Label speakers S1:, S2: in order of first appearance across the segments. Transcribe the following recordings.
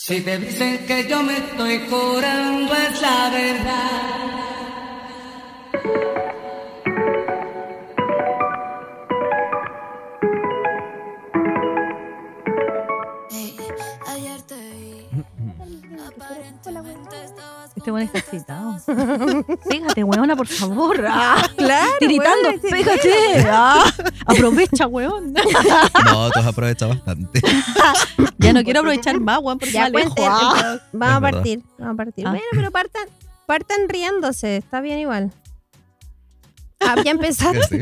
S1: Si te dicen que yo me estoy curando es la verdad.
S2: Ayer te vi. Aparentemente estabas
S3: Este weón está excitado. Pégate, weona, por favor.
S4: Claro,
S3: Tiritando,
S4: weón,
S3: pégate. Aprovecha, weón.
S5: No, tú has aprovechado bastante.
S3: Ya no quiero aprovechar más, weón, porque
S4: Ya
S3: ya lejos.
S4: cuenten, vamos
S5: Es
S4: a
S5: verdad.
S4: partir.
S3: Ah.
S4: Bueno, pero partan riéndose, está bien igual. Ya empezaron,
S5: Que sí.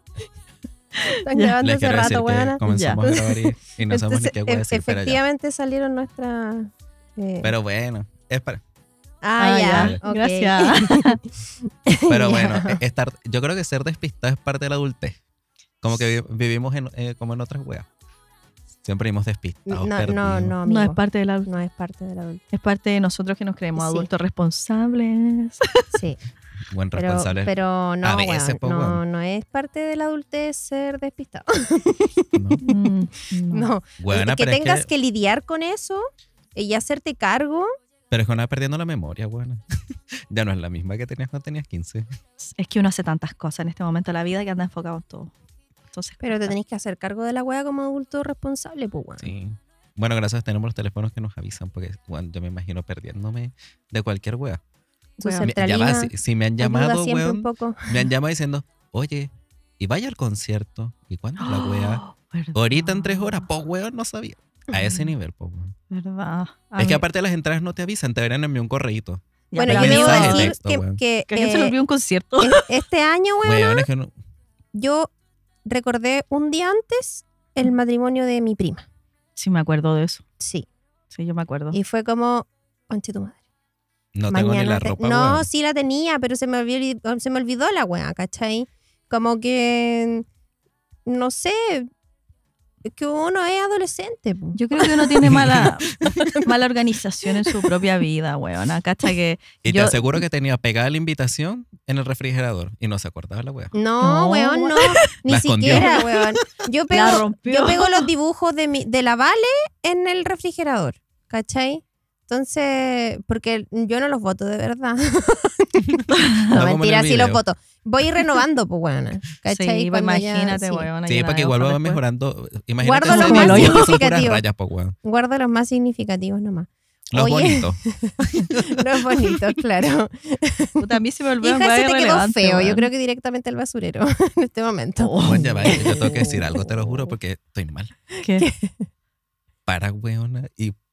S4: están
S3: Ya.
S4: grabando
S5: Les
S4: hace
S5: quiero decir
S4: rato,
S5: que
S4: weona.
S5: comenzamos a grabar y no sabemos ni
S4: Entonces,
S5: qué voy a decir, pero ya.
S4: efectivamente salieron nuestras...
S5: Pero bueno, es para.
S4: ya, ok.
S3: Gracias.
S5: Pero
S4: Ya.
S5: bueno, yo creo que ser despistado es parte de la adultez. Como que vivimos como en otras weas. Siempre vivimos despistados,
S4: No,
S5: perdidos.
S4: amigo.
S3: No es parte del adulto.
S4: No es parte del adulto.
S3: Es parte de nosotros que nos creemos
S4: Sí.
S3: adultos responsables.
S4: Sí,
S5: Buen
S4: pero
S5: responsable.
S4: no,
S5: A veces,
S4: weón,
S5: po, weón.
S4: no es parte de la adultez ser despistado.
S5: ¿No?
S4: No,
S5: Weona,
S4: que
S5: pero es
S4: tengas que lidiar con eso y hacerte cargo.
S5: Pero es que uno va perdiendo la memoria, weona. Ya no es la misma que tenías cuando tenías 15.
S3: Es que uno hace tantas cosas en este momento de la vida que anda enfocado en todo. Entonces,
S4: Pero te tenés que hacer cargo de la wea como adulto responsable, pues, weón.
S5: Sí. Bueno, gracias tenemos los teléfonos que nos avisan, porque bueno, yo me imagino perdiéndome de cualquier wea.
S4: Su
S3: Weón.
S5: Ya va,
S4: centralina
S5: si me han
S4: ayuda
S5: llamado,
S4: siempre
S5: weón,
S4: un poco.
S5: me han llamado diciendo, oye, ¿y vaya al concierto? ¿Y cuándo es la wea?
S3: ¿verdad?
S5: Ahorita en 3 horas, pues weón, no sabía. A ese nivel, pues weón.
S3: ¿Verdad? A
S5: Es que
S3: mí-
S5: aparte las entradas no te avisan, te deberían enviar un correíto.
S3: Ya,
S4: Bueno,
S3: pero
S4: yo debo
S5: mensaje de
S4: decir
S5: texto, weón.
S4: que
S3: que a alguien se le olvidó un concierto.
S4: este año, weón,
S5: Weón, es que no.
S4: yo recordé un día antes el matrimonio de mi prima.
S3: Sí, me acuerdo de eso.
S4: Sí.
S3: Sí, yo me acuerdo.
S4: Y fue como, conche tu madre.
S5: No tengo ni la ropa,
S4: No,
S5: weón.
S4: sí la tenía, pero se me olvidó la weá, ¿cachai? Como que, no sé, es que uno es adolescente. Po.
S3: Yo creo que uno tiene mala organización en su propia vida, weona. ¿Cacha? Que
S5: Y te
S3: yo-
S5: aseguro que tenía pegada la invitación en el refrigerador y no se acordaba la wea.
S4: No,
S3: No,
S4: weón, no. Ni
S5: La escondió.
S4: siquiera, weón. Yo
S3: La
S4: pego,
S3: rompió.
S4: yo pego los dibujos de la Vale en el refrigerador, ¿cachai? Entonces, porque yo no los voto de verdad. No,
S5: como en
S4: mentira,
S5: el
S4: sí los
S5: video.
S4: voto. Voy a ir renovando, pues, weón. ¿Cachai?
S3: Sí, pues
S4: Cuando ya-
S3: imagínate,
S4: sí.
S3: weona.
S5: Sí,
S3: llena
S5: para
S3: de
S5: que igual
S3: hojas
S5: va
S3: después.
S5: mejorando. Imagínate
S4: Guardo
S5: ese
S3: lo más
S5: dibujo que son puras
S4: significativo.
S5: rayas, pues weón.
S4: Guardo los más significativos nomás.
S5: Los
S4: Oye.
S5: bonitos.
S4: Los bonitos, claro.
S3: Puta, a mí se me olvidó.
S4: Hija, se te quedó feo. Yo creo que directamente al basurero en este momento.
S5: Bueno, ya va, yo tengo que decir algo, te lo juro, porque estoy mal.
S3: ¿Qué?
S5: Para, weona,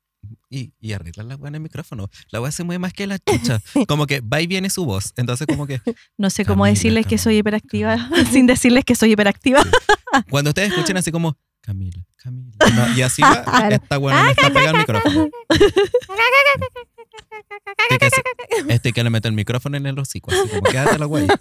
S5: y arregla la weona el micrófono. La wea se mueve más que la chucha. Como que va y viene su voz. Entonces, como que
S3: No sé cómo
S5: Camila,
S3: decirles que soy
S5: Camila,
S3: hiperactiva sin decirles que soy hiperactiva.
S5: cuando ustedes escuchen así como Camila, Camila. No, y así va,
S4: Claro.
S5: esta weona me está pegando el micrófono. Y que le meto el micrófono en el hocico. Así como, quédate la wea.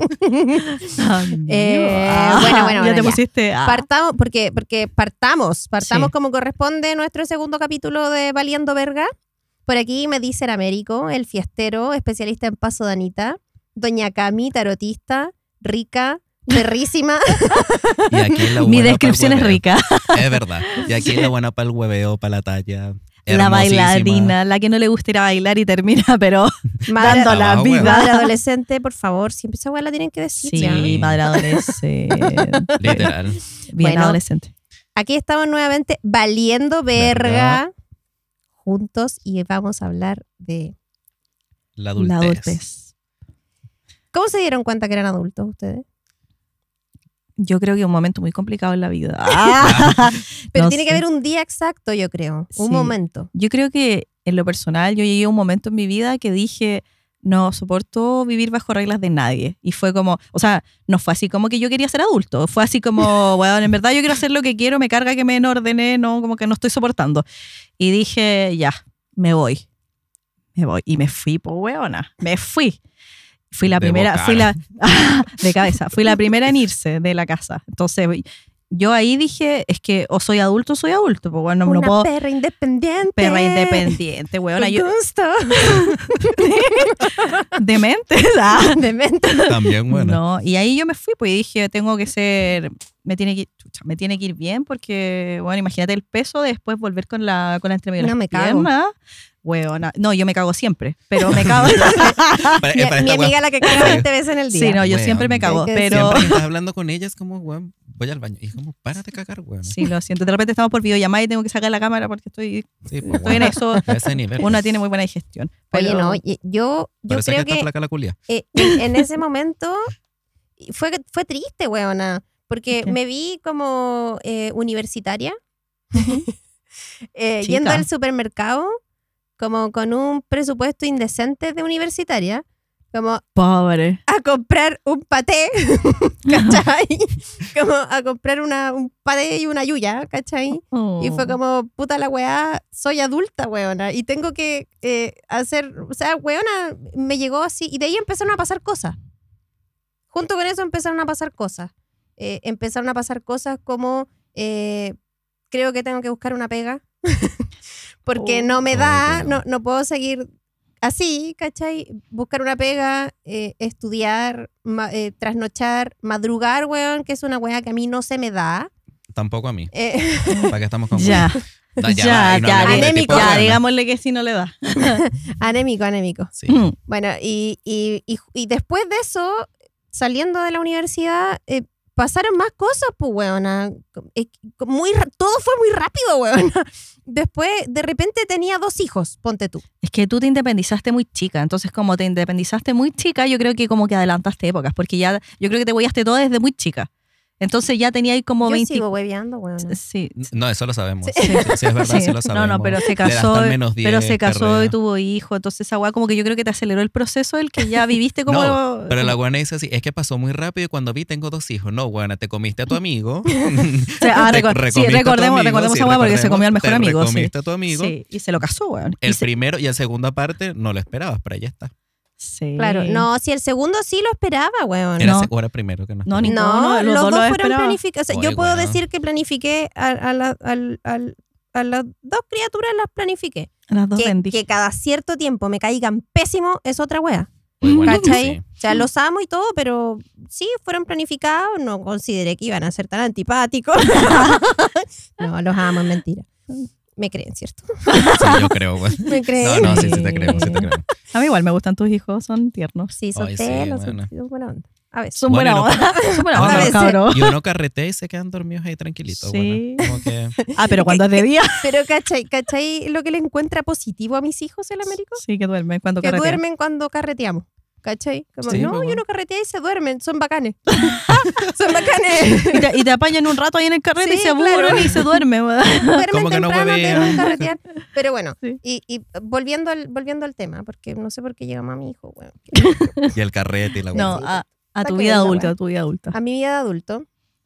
S4: Bueno,
S3: ya te
S4: ya.
S3: pusiste.
S4: Partamos, porque partamos
S3: Sí.
S4: como corresponde nuestro segundo capítulo de Valiendo Verga. Por aquí me dice el Américo, el fiestero, especialista en paso de Anita, Doña Cami, tarotista, rica, perrísima.
S5: Y aquí la
S3: Mi
S5: buena
S3: descripción
S5: pa'l
S3: es
S5: hueveo.
S3: rica.
S5: Es verdad. Y aquí la buena para el hueveo, para la talla.
S3: La
S5: Hermosísima.
S3: bailarina, la que no le gusta ir a bailar y termina, pero
S4: Madre,
S3: dando la
S5: Ah,
S3: vida.
S4: madre adolescente, por favor, siempre esa weá la tienen que decir.
S3: Sí,
S4: ya.
S3: madre adolescente.
S5: Literal.
S3: Bien
S4: Bueno,
S3: adolescente.
S4: Aquí estamos nuevamente valiendo verga juntos y vamos a hablar de...
S5: La adultez.
S3: La adultez.
S4: ¿Cómo se dieron cuenta que eran adultos ustedes?
S3: Yo creo que es un momento muy complicado en la vida.
S4: Pero
S3: No
S4: tiene que
S3: sé.
S4: haber un día exacto, yo creo. Un
S3: Sí.
S4: momento.
S3: Yo creo que en lo personal yo llegué a un momento en mi vida que dije, no soporto vivir bajo reglas de nadie. Y fue como, o sea, no fue así como que yo quería ser adulto. Fue así como, bueno, en verdad yo quiero hacer lo que quiero, me carga que me ordené, no, como que no estoy soportando. Y dije, ya, me voy. Y me fui, pues, weona. Me fui. Fui la
S5: De
S3: primera,
S5: boca.
S3: fui la de cabeza, fui la primera en irse de la casa. Entonces, yo ahí dije, es que o soy adulto o soy adulto. Pues bueno, no
S4: Una
S3: puedo.
S4: perra independiente.
S3: Perra independiente, weona.
S4: Con
S3: Yo,
S4: gusto.
S3: demente. Ah.
S4: Demente.
S5: También, bueno.
S3: No, y ahí yo me fui, pues y dije, tengo que ser, me tiene que ir bien porque, bueno, imagínate el peso de después volver con la entremedio de
S4: No,
S3: las
S4: me cago.
S3: piernas. Weona. No, yo me cago siempre, pero me cago.
S5: Para
S4: Mi
S5: esta
S4: amiga
S5: wea-
S4: la que caga 20 veces en el día.
S3: Sí, no, yo
S5: Weón,
S3: siempre me cago,
S4: hay que
S3: pero
S5: Siempre que estás hablando con ella es como, weón, voy al baño. Y es como, párate a cagar, weón.
S3: sí, lo siento. De repente estamos por videollamada y tengo que sacar la cámara porque estoy
S5: Sí, pues,
S3: en
S5: weón,
S3: eso.
S5: a ese nivel.
S3: Una tiene muy buena digestión.
S4: Oye,
S3: pero-
S4: no, yo
S5: Por eso es
S4: creo
S5: que está
S4: que
S5: flaca la culia.
S4: en ese momento fue triste, weona, porque
S3: ¿Qué?
S4: me vi como universitaria,
S3: Chica.
S4: yendo al supermercado, como con un presupuesto indecente de universitaria, como
S3: Pobre.
S4: a comprar un paté, ¿cachai? Como a comprar un paté y una yuya, ¿cachai? Y fue como, puta la weá, soy adulta, weona, y tengo que hacer, o sea, weona, me llegó así, y de ahí empezaron a pasar cosas. Junto con eso empezaron a pasar cosas. Empezaron a pasar cosas como, creo que tengo que buscar una pega, porque no me da,
S5: weón.
S4: no puedo seguir así, ¿cachai? Buscar una pega, estudiar, trasnochar, madrugar, weón, que es una weá que a mí no se me da.
S5: Tampoco a mí.
S4: Eh,
S5: ¿Para qué estamos con
S3: Ya,
S5: No,
S3: ya,
S5: va, y no
S3: ya,
S5: hablemos de
S4: anémico.
S5: tipo de
S3: ya,
S5: ganas.
S3: digámosle que sí no le da.
S4: anémico.
S5: Sí.
S4: Bueno, y después de eso, saliendo de la universidad, pasaron más cosas, pues, weona. Todo fue muy rápido, weona. Después, de repente tenía 2 hijos, ponte tú.
S3: Es que tú te independizaste muy chica, entonces como te independizaste muy chica, yo creo que como que adelantaste épocas, porque ya, yo creo que te huellaste todo desde muy chica. Entonces ya tenía ahí como
S4: Yo
S3: 20...
S4: sigo hueveando, weona.
S3: Sí,
S5: No, eso lo sabemos.
S4: Sí.
S5: Sí, sí, es verdad, sí,
S3: sí.
S5: lo sabemos.
S3: No, pero se
S5: Le das
S3: casó,
S5: hasta menos 10,
S3: pero se casó
S5: perrea.
S3: y tuvo hijo, entonces esa weá como que yo creo que te aceleró el proceso el que ya viviste como...
S5: No, pero la guana dice así, es que pasó muy rápido y cuando vi tengo 2 hijos. No, guana, te comiste a tu amigo.
S3: O sea,
S5: Te
S3: sí,
S5: recomiste a tu
S3: recordemos
S5: amigo,
S3: esa
S5: sí,
S3: weá porque se comió al mejor
S5: te
S3: amigo. Sí.
S5: recomiste a tu amigo.
S3: Sí, y se lo casó, weón.
S5: El
S3: Y se-
S5: primero y el segunda parte no lo esperabas, pero ahí está.
S3: sí.
S4: Claro, no, si el segundo sí lo esperaba, weón.
S5: Era,
S3: No.
S5: o era el primero que no.
S3: No,
S5: esperaba.
S3: ninguno,
S4: No,
S3: los
S4: los
S3: dos
S4: dos
S3: lo
S4: fueron
S3: esperaba.
S4: planificados. O sea,
S5: Oye,
S4: yo puedo
S5: weón.
S4: decir que planifiqué a las 2 criaturas, las planifiqué.
S3: Las dos
S4: Que,
S3: bendije.
S4: que cada cierto tiempo me caigan pésimo es otra wea.
S5: Oye, guana,
S4: ¿Cachai?
S5: sí.
S4: O sea, los amo y todo, pero sí, fueron planificados. No consideré que iban a ser tan antipáticos. No, los amo, es mentira. Me creen, ¿cierto?
S5: Sí, yo creo, güey.
S4: Me creen.
S5: No, sí, sí te creo, sí te creo.
S3: A mí igual me gustan tus hijos, son tiernos.
S4: Sí, son
S5: Ay, sí,
S4: telos,
S5: bueno.
S4: son buena onda. A ver.
S3: Son
S5: Bueno,
S3: buena
S5: y no-
S3: onda. Son buena
S5: No,
S3: onda,
S4: a
S3: los
S4: veces.
S3: cabros.
S5: Y uno carretea y se quedan dormidos ahí tranquilitos.
S3: Sí.
S5: Bueno, como que
S3: Ah, pero cuando es de día.
S4: Pero, ¿cachai lo que le encuentra positivo a mis hijos, el Américo?
S3: Sí, que duermen cuando
S4: Que
S3: carretean.
S4: duermen cuando carreteamos. ¿Cachai? Como,
S5: Sí,
S4: no,
S5: pues,
S4: yo
S5: bueno.
S4: no carreteé y se duermen, son bacanes. Son bacanes.
S3: Y te apañan un rato ahí en el carrete
S4: Sí,
S3: y se aburren
S4: claro.
S3: y se duermen. ¿verdad?
S4: Duermen
S5: Como que no
S4: temprano, te
S5: huevean.
S4: dejan carretear. Pero bueno,
S3: Sí.
S4: y volviendo al tema, porque no sé por qué llegamos a mi hijo, weón.
S5: y el carrete y la
S3: No,
S5: güey.
S3: a tu
S4: Está
S3: vida
S4: que
S3: adulta,
S4: la
S3: a tu vida adulta.
S4: A mi vida de adulto.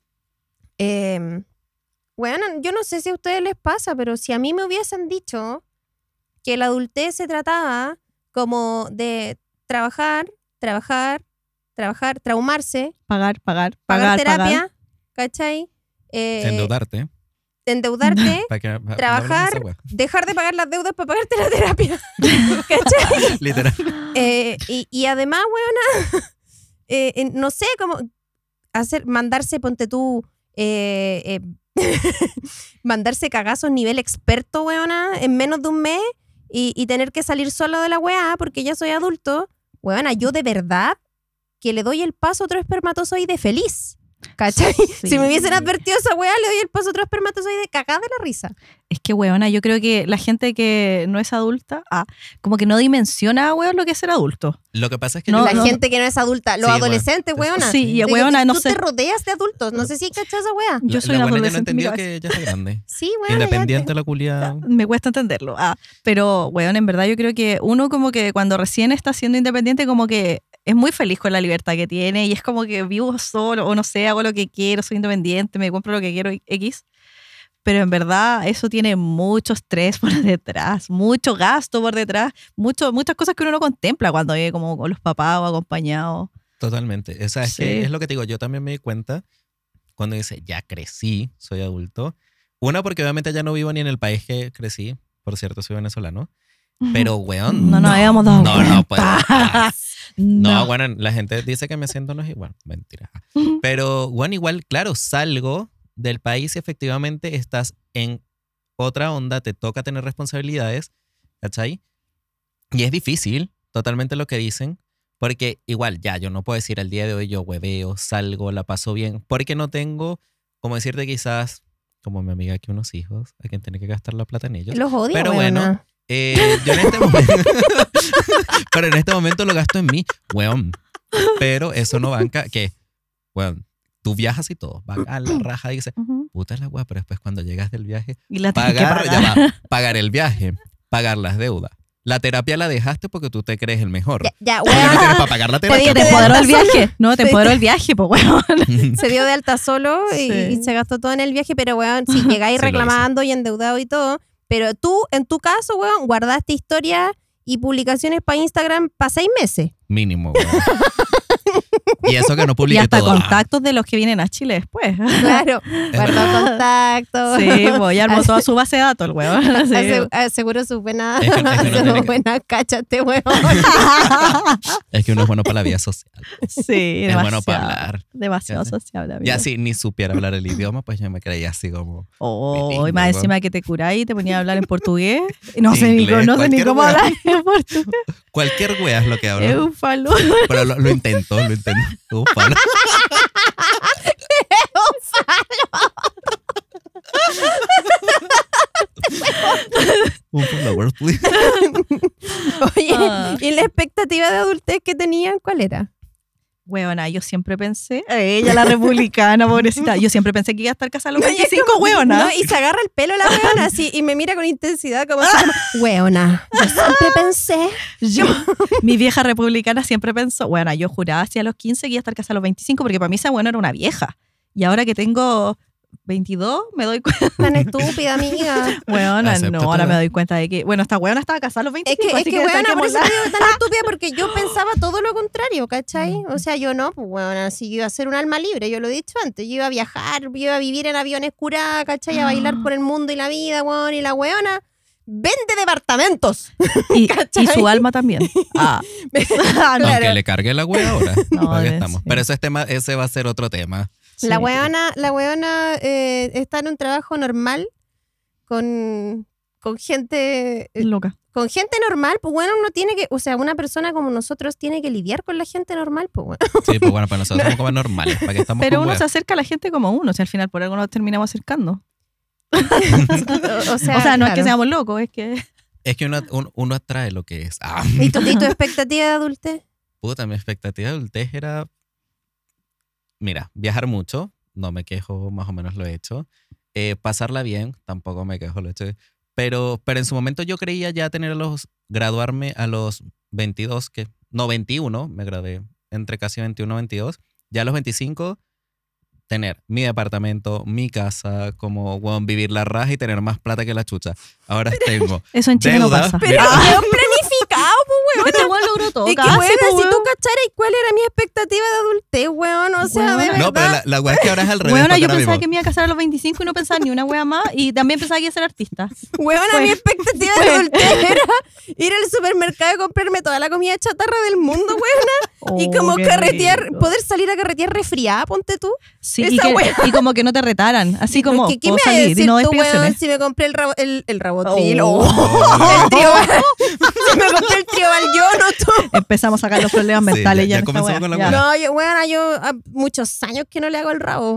S4: Bueno, yo no sé si a ustedes les pasa, pero si a mí me hubiesen dicho que la adultez se trataba como de trabajar, traumarse,
S3: Pagar,
S4: pagar
S3: pagar.
S4: terapia, ¿cachai?
S5: Endeudarte.
S4: Endeudarte,
S5: Para que, para-
S4: trabajar,
S5: para esa wea.
S4: dejar de pagar las deudas para pagarte la terapia. ¿Cachai?
S5: Literal.
S4: Y además, weona, no sé, como mandarse, ponte tú, mandarse cagazos nivel experto, weona, en menos de un mes y tener que salir solo de la weá porque ya soy adulto. Weona, yo de verdad que le doy el paso a otro espermatozoide feliz. ¿Cachai?
S3: Sí.
S4: Si me hubiesen advertido esa weá, le doy el paso a otro espermatozoide cagada de la risa.
S3: Es que, weona, yo creo que la gente que no es adulta, como que no dimensiona, weón, lo que es ser adulto.
S5: Lo que pasa es que
S3: No,
S4: La
S3: no.
S4: gente que no es adulta, los
S5: Sí,
S4: adolescentes,
S5: bueno.
S4: weona.
S3: Sí, y
S4: Digo,
S3: weona, no
S4: tú
S3: sé.
S4: te rodeas de adultos. No sé si cachas esa weá.
S3: Yo soy
S5: la
S3: una
S5: buena ya no
S3: adolescente en mi
S5: entendió
S3: cabeza.
S5: que ya es grande.
S4: Sí, weona.
S5: Independiente la culia.
S3: Me cuesta entenderlo. Pero, weón, en verdad yo creo que uno como que cuando recién está siendo independiente como que es muy feliz con la libertad que tiene y es como que vivo solo o no sé, hago lo que quiero, soy independiente, me compro lo que quiero X. Pero en verdad eso tiene mucho estrés por detrás, mucho gasto por detrás, muchas cosas que uno no contempla cuando vive como con los papás o acompañado.
S5: Totalmente. O sea, es
S3: Sí.
S5: que es lo que te digo. Yo también me di cuenta cuando dice, ya crecí, soy adulto. Una, porque obviamente ya no vivo ni en el país que crecí. Por cierto, soy venezolano. Pero, weón.
S3: No nos habíamos dado
S5: No,
S3: cuenta.
S5: no, pues. No,
S3: No.
S5: bueno, la gente dice que me siento no es igual. Mentira. Pero, bueno, igual, claro, salgo del país y efectivamente estás en otra onda, te toca tener responsabilidades, ¿cachai? Y es difícil, totalmente lo que dicen, porque igual ya, yo no puedo decir al día de hoy yo hueveo, salgo, la paso bien, porque no tengo, como decirte quizás, como mi amiga aquí, unos hijos, a quien tiene que gastar la plata en ellos.
S4: Los odio,
S5: Pero
S4: weona.
S5: bueno, yo en este momento, pero en este momento lo gasto en mí, weón. Pero eso no banca, que, weón, tú viajas y todo, van a la raja y dices,
S3: Ujú.
S5: puta la weá, pero después cuando llegas del viaje,
S3: Y la tienes que
S5: pagar,
S3: pagar.
S5: ya va, pagar el viaje, pagar las deudas. La terapia la dejaste porque tú te crees el mejor.
S4: Ya,
S5: Porque no
S4: weón.
S5: tienes para pagar la
S3: Te
S5: terapia.
S3: empoderó el
S4: de alta
S3: viaje. No, te
S4: Sí.
S3: empoderó el viaje, pues bueno.
S4: Se dio de alta solo
S3: Sí.
S4: y se gastó todo en el viaje, pero weón, si llegáis
S5: Sí, lo
S4: reclamando y endeudado y todo, pero tú, en tu caso, weón, guardaste historias y publicaciones para Instagram para 6 meses.
S5: Mínimo, weón. Y eso que no
S3: Y
S5: publiqué
S3: hasta
S5: todo.
S3: contactos de los que vienen a Chile después.
S4: Claro, guardó contactos.
S3: Sí, pues ya armó toda su base de datos, el weón. Sí.
S4: Aseguró sus buenas
S5: Es que uno tiene que-
S4: buenas cachas, este weón.
S5: Es que uno es bueno para la vida social.
S3: Sí,
S5: Es bueno
S3: demasiado.
S5: para hablar.
S3: Demasiado sociable, amigo.
S5: Ya si ni supiera hablar el idioma, pues yo me creía así como...
S3: Oh,
S5: bilingüe,
S3: y más
S5: weón.
S3: encima que te curáis y te ponía a hablar en portugués. No sé ni,
S5: Inglés,
S3: no sé ni
S5: cualquier
S3: cómo
S5: wea.
S3: hablar en portugués.
S5: Cualquier wea es lo que
S3: Es
S5: hablo.
S3: un falo.
S5: Pero lo intento. Ufalo. Un follower, please.
S4: Oye,
S3: Ah.
S4: ¿y la expectativa de adultez que tenían cuál era?
S3: Huevona, yo siempre pensé, ella la republicana, pobrecita, yo siempre pensé que iba a estar casada a los 25, huevona.
S4: No, y se agarra el pelo la weona así y me mira con intensidad como así como, weona, yo siempre pensé.
S3: Mi vieja republicana siempre pensó, bueno, yo juraba hacia los 15 que iba a estar casada a los 25 porque para mí esa buena era una vieja. Y ahora que tengo 22, me doy cuenta.
S4: Tan estúpida, amiga.
S3: Weona,
S5: Acepta
S3: no,
S5: tu
S3: ahora
S5: edad.
S3: me doy cuenta de que, bueno, esta weona estaba casada a los 25.
S4: Es
S3: así
S4: que weona, por
S3: saquémosla.
S4: eso digo tan estúpida, porque yo pensaba todo lo contrario, ¿cachai? O sea, yo no, pues weona, si yo iba a ser un alma libre, yo lo he dicho antes, yo iba a viajar, yo iba a vivir en aviones curadas, ¿cachai? A bailar por el mundo y la vida, weón, y la weona vende departamentos.
S3: Y
S4: ¿Cachai?
S3: su alma también. Ah,
S4: Claro.
S5: Aunque le cargue la wea ahora.
S3: No,
S5: Aquí
S3: debe
S5: estamos.
S3: ser.
S5: Pero ese va a ser otro tema.
S4: La
S3: sí.
S4: weona está en un trabajo normal con gente
S3: Loca.
S4: con gente normal, pues bueno, uno tiene que, o sea, una persona como nosotros tiene que lidiar con la gente normal, pues bueno.
S5: Sí, pues bueno, para nosotros somos como normales. ¿Para qué estamos
S3: Pero
S5: con
S3: uno
S5: weas?
S3: se acerca a la gente como uno, si al final por algo nos terminamos acercando.
S4: O
S3: O sea, no es que
S4: claro.
S3: seamos locos, es que...
S5: Es que uno atrae lo que es. Ah,
S4: ¿Y tu expectativa de adultez?
S5: puta, mi expectativa de adultez era, mira, viajar mucho, no me quejo, más o menos lo he hecho. Pasarla bien, tampoco me quejo, lo he hecho. Pero en su momento yo creía ya graduarme a los 22, no, 21, me gradué entre casi 21 y 22. Ya a los 25, tener mi departamento, mi casa, como weón, vivir la raja y tener más plata que la chucha. Ahora tengo
S3: Eso en Chile no
S5: deuda,
S3: pasa.
S5: pero-
S4: Pero weón, planificado, pues weón.
S3: Este weón logró todo.
S4: Y que
S3: casi,
S4: weón,
S3: pues,
S4: si
S3: weón.
S4: tú cacharas cuál era mi expectativa de adultez, weón, o sea, de
S3: Weona.
S4: verdad.
S5: No, pero la wea es que ahora es al revés.
S3: Weona,
S5: porque
S3: yo
S5: ahora
S3: pensaba
S5: mismo-
S3: que me iba a casar a los 25 y no pensaba ni una wea más. Y también pensaba que iba a ser artista.
S4: Weona,
S3: Fue-
S4: mi expectativa de adultez era ir al supermercado y comprarme toda la comida chatarra del mundo, weona. Y
S3: Oh,
S4: como
S3: qué
S4: carretear,
S3: rico.
S4: poder salir a carretear resfriada, ponte tú.
S3: Sí,
S4: esa wea.
S3: y como que no te retaran. Así como,
S4: Porque, ¿qué
S3: puedo
S4: me vas a
S3: salir y
S4: decir
S3: no
S4: tú, weón,
S3: explicaciones.
S4: si me compré el rabotril?
S3: Oh.
S4: El tribal. Si me compré el tribal yo, no tú.
S3: Empezamos a sacar los problemas
S5: Sí,
S3: mentales
S5: ya
S3: ya en esta
S5: comenzamos
S3: wea.
S5: con la
S3: Ya.
S5: wea.
S4: No, yo, weona, yo muchos años que no le hago el rabo.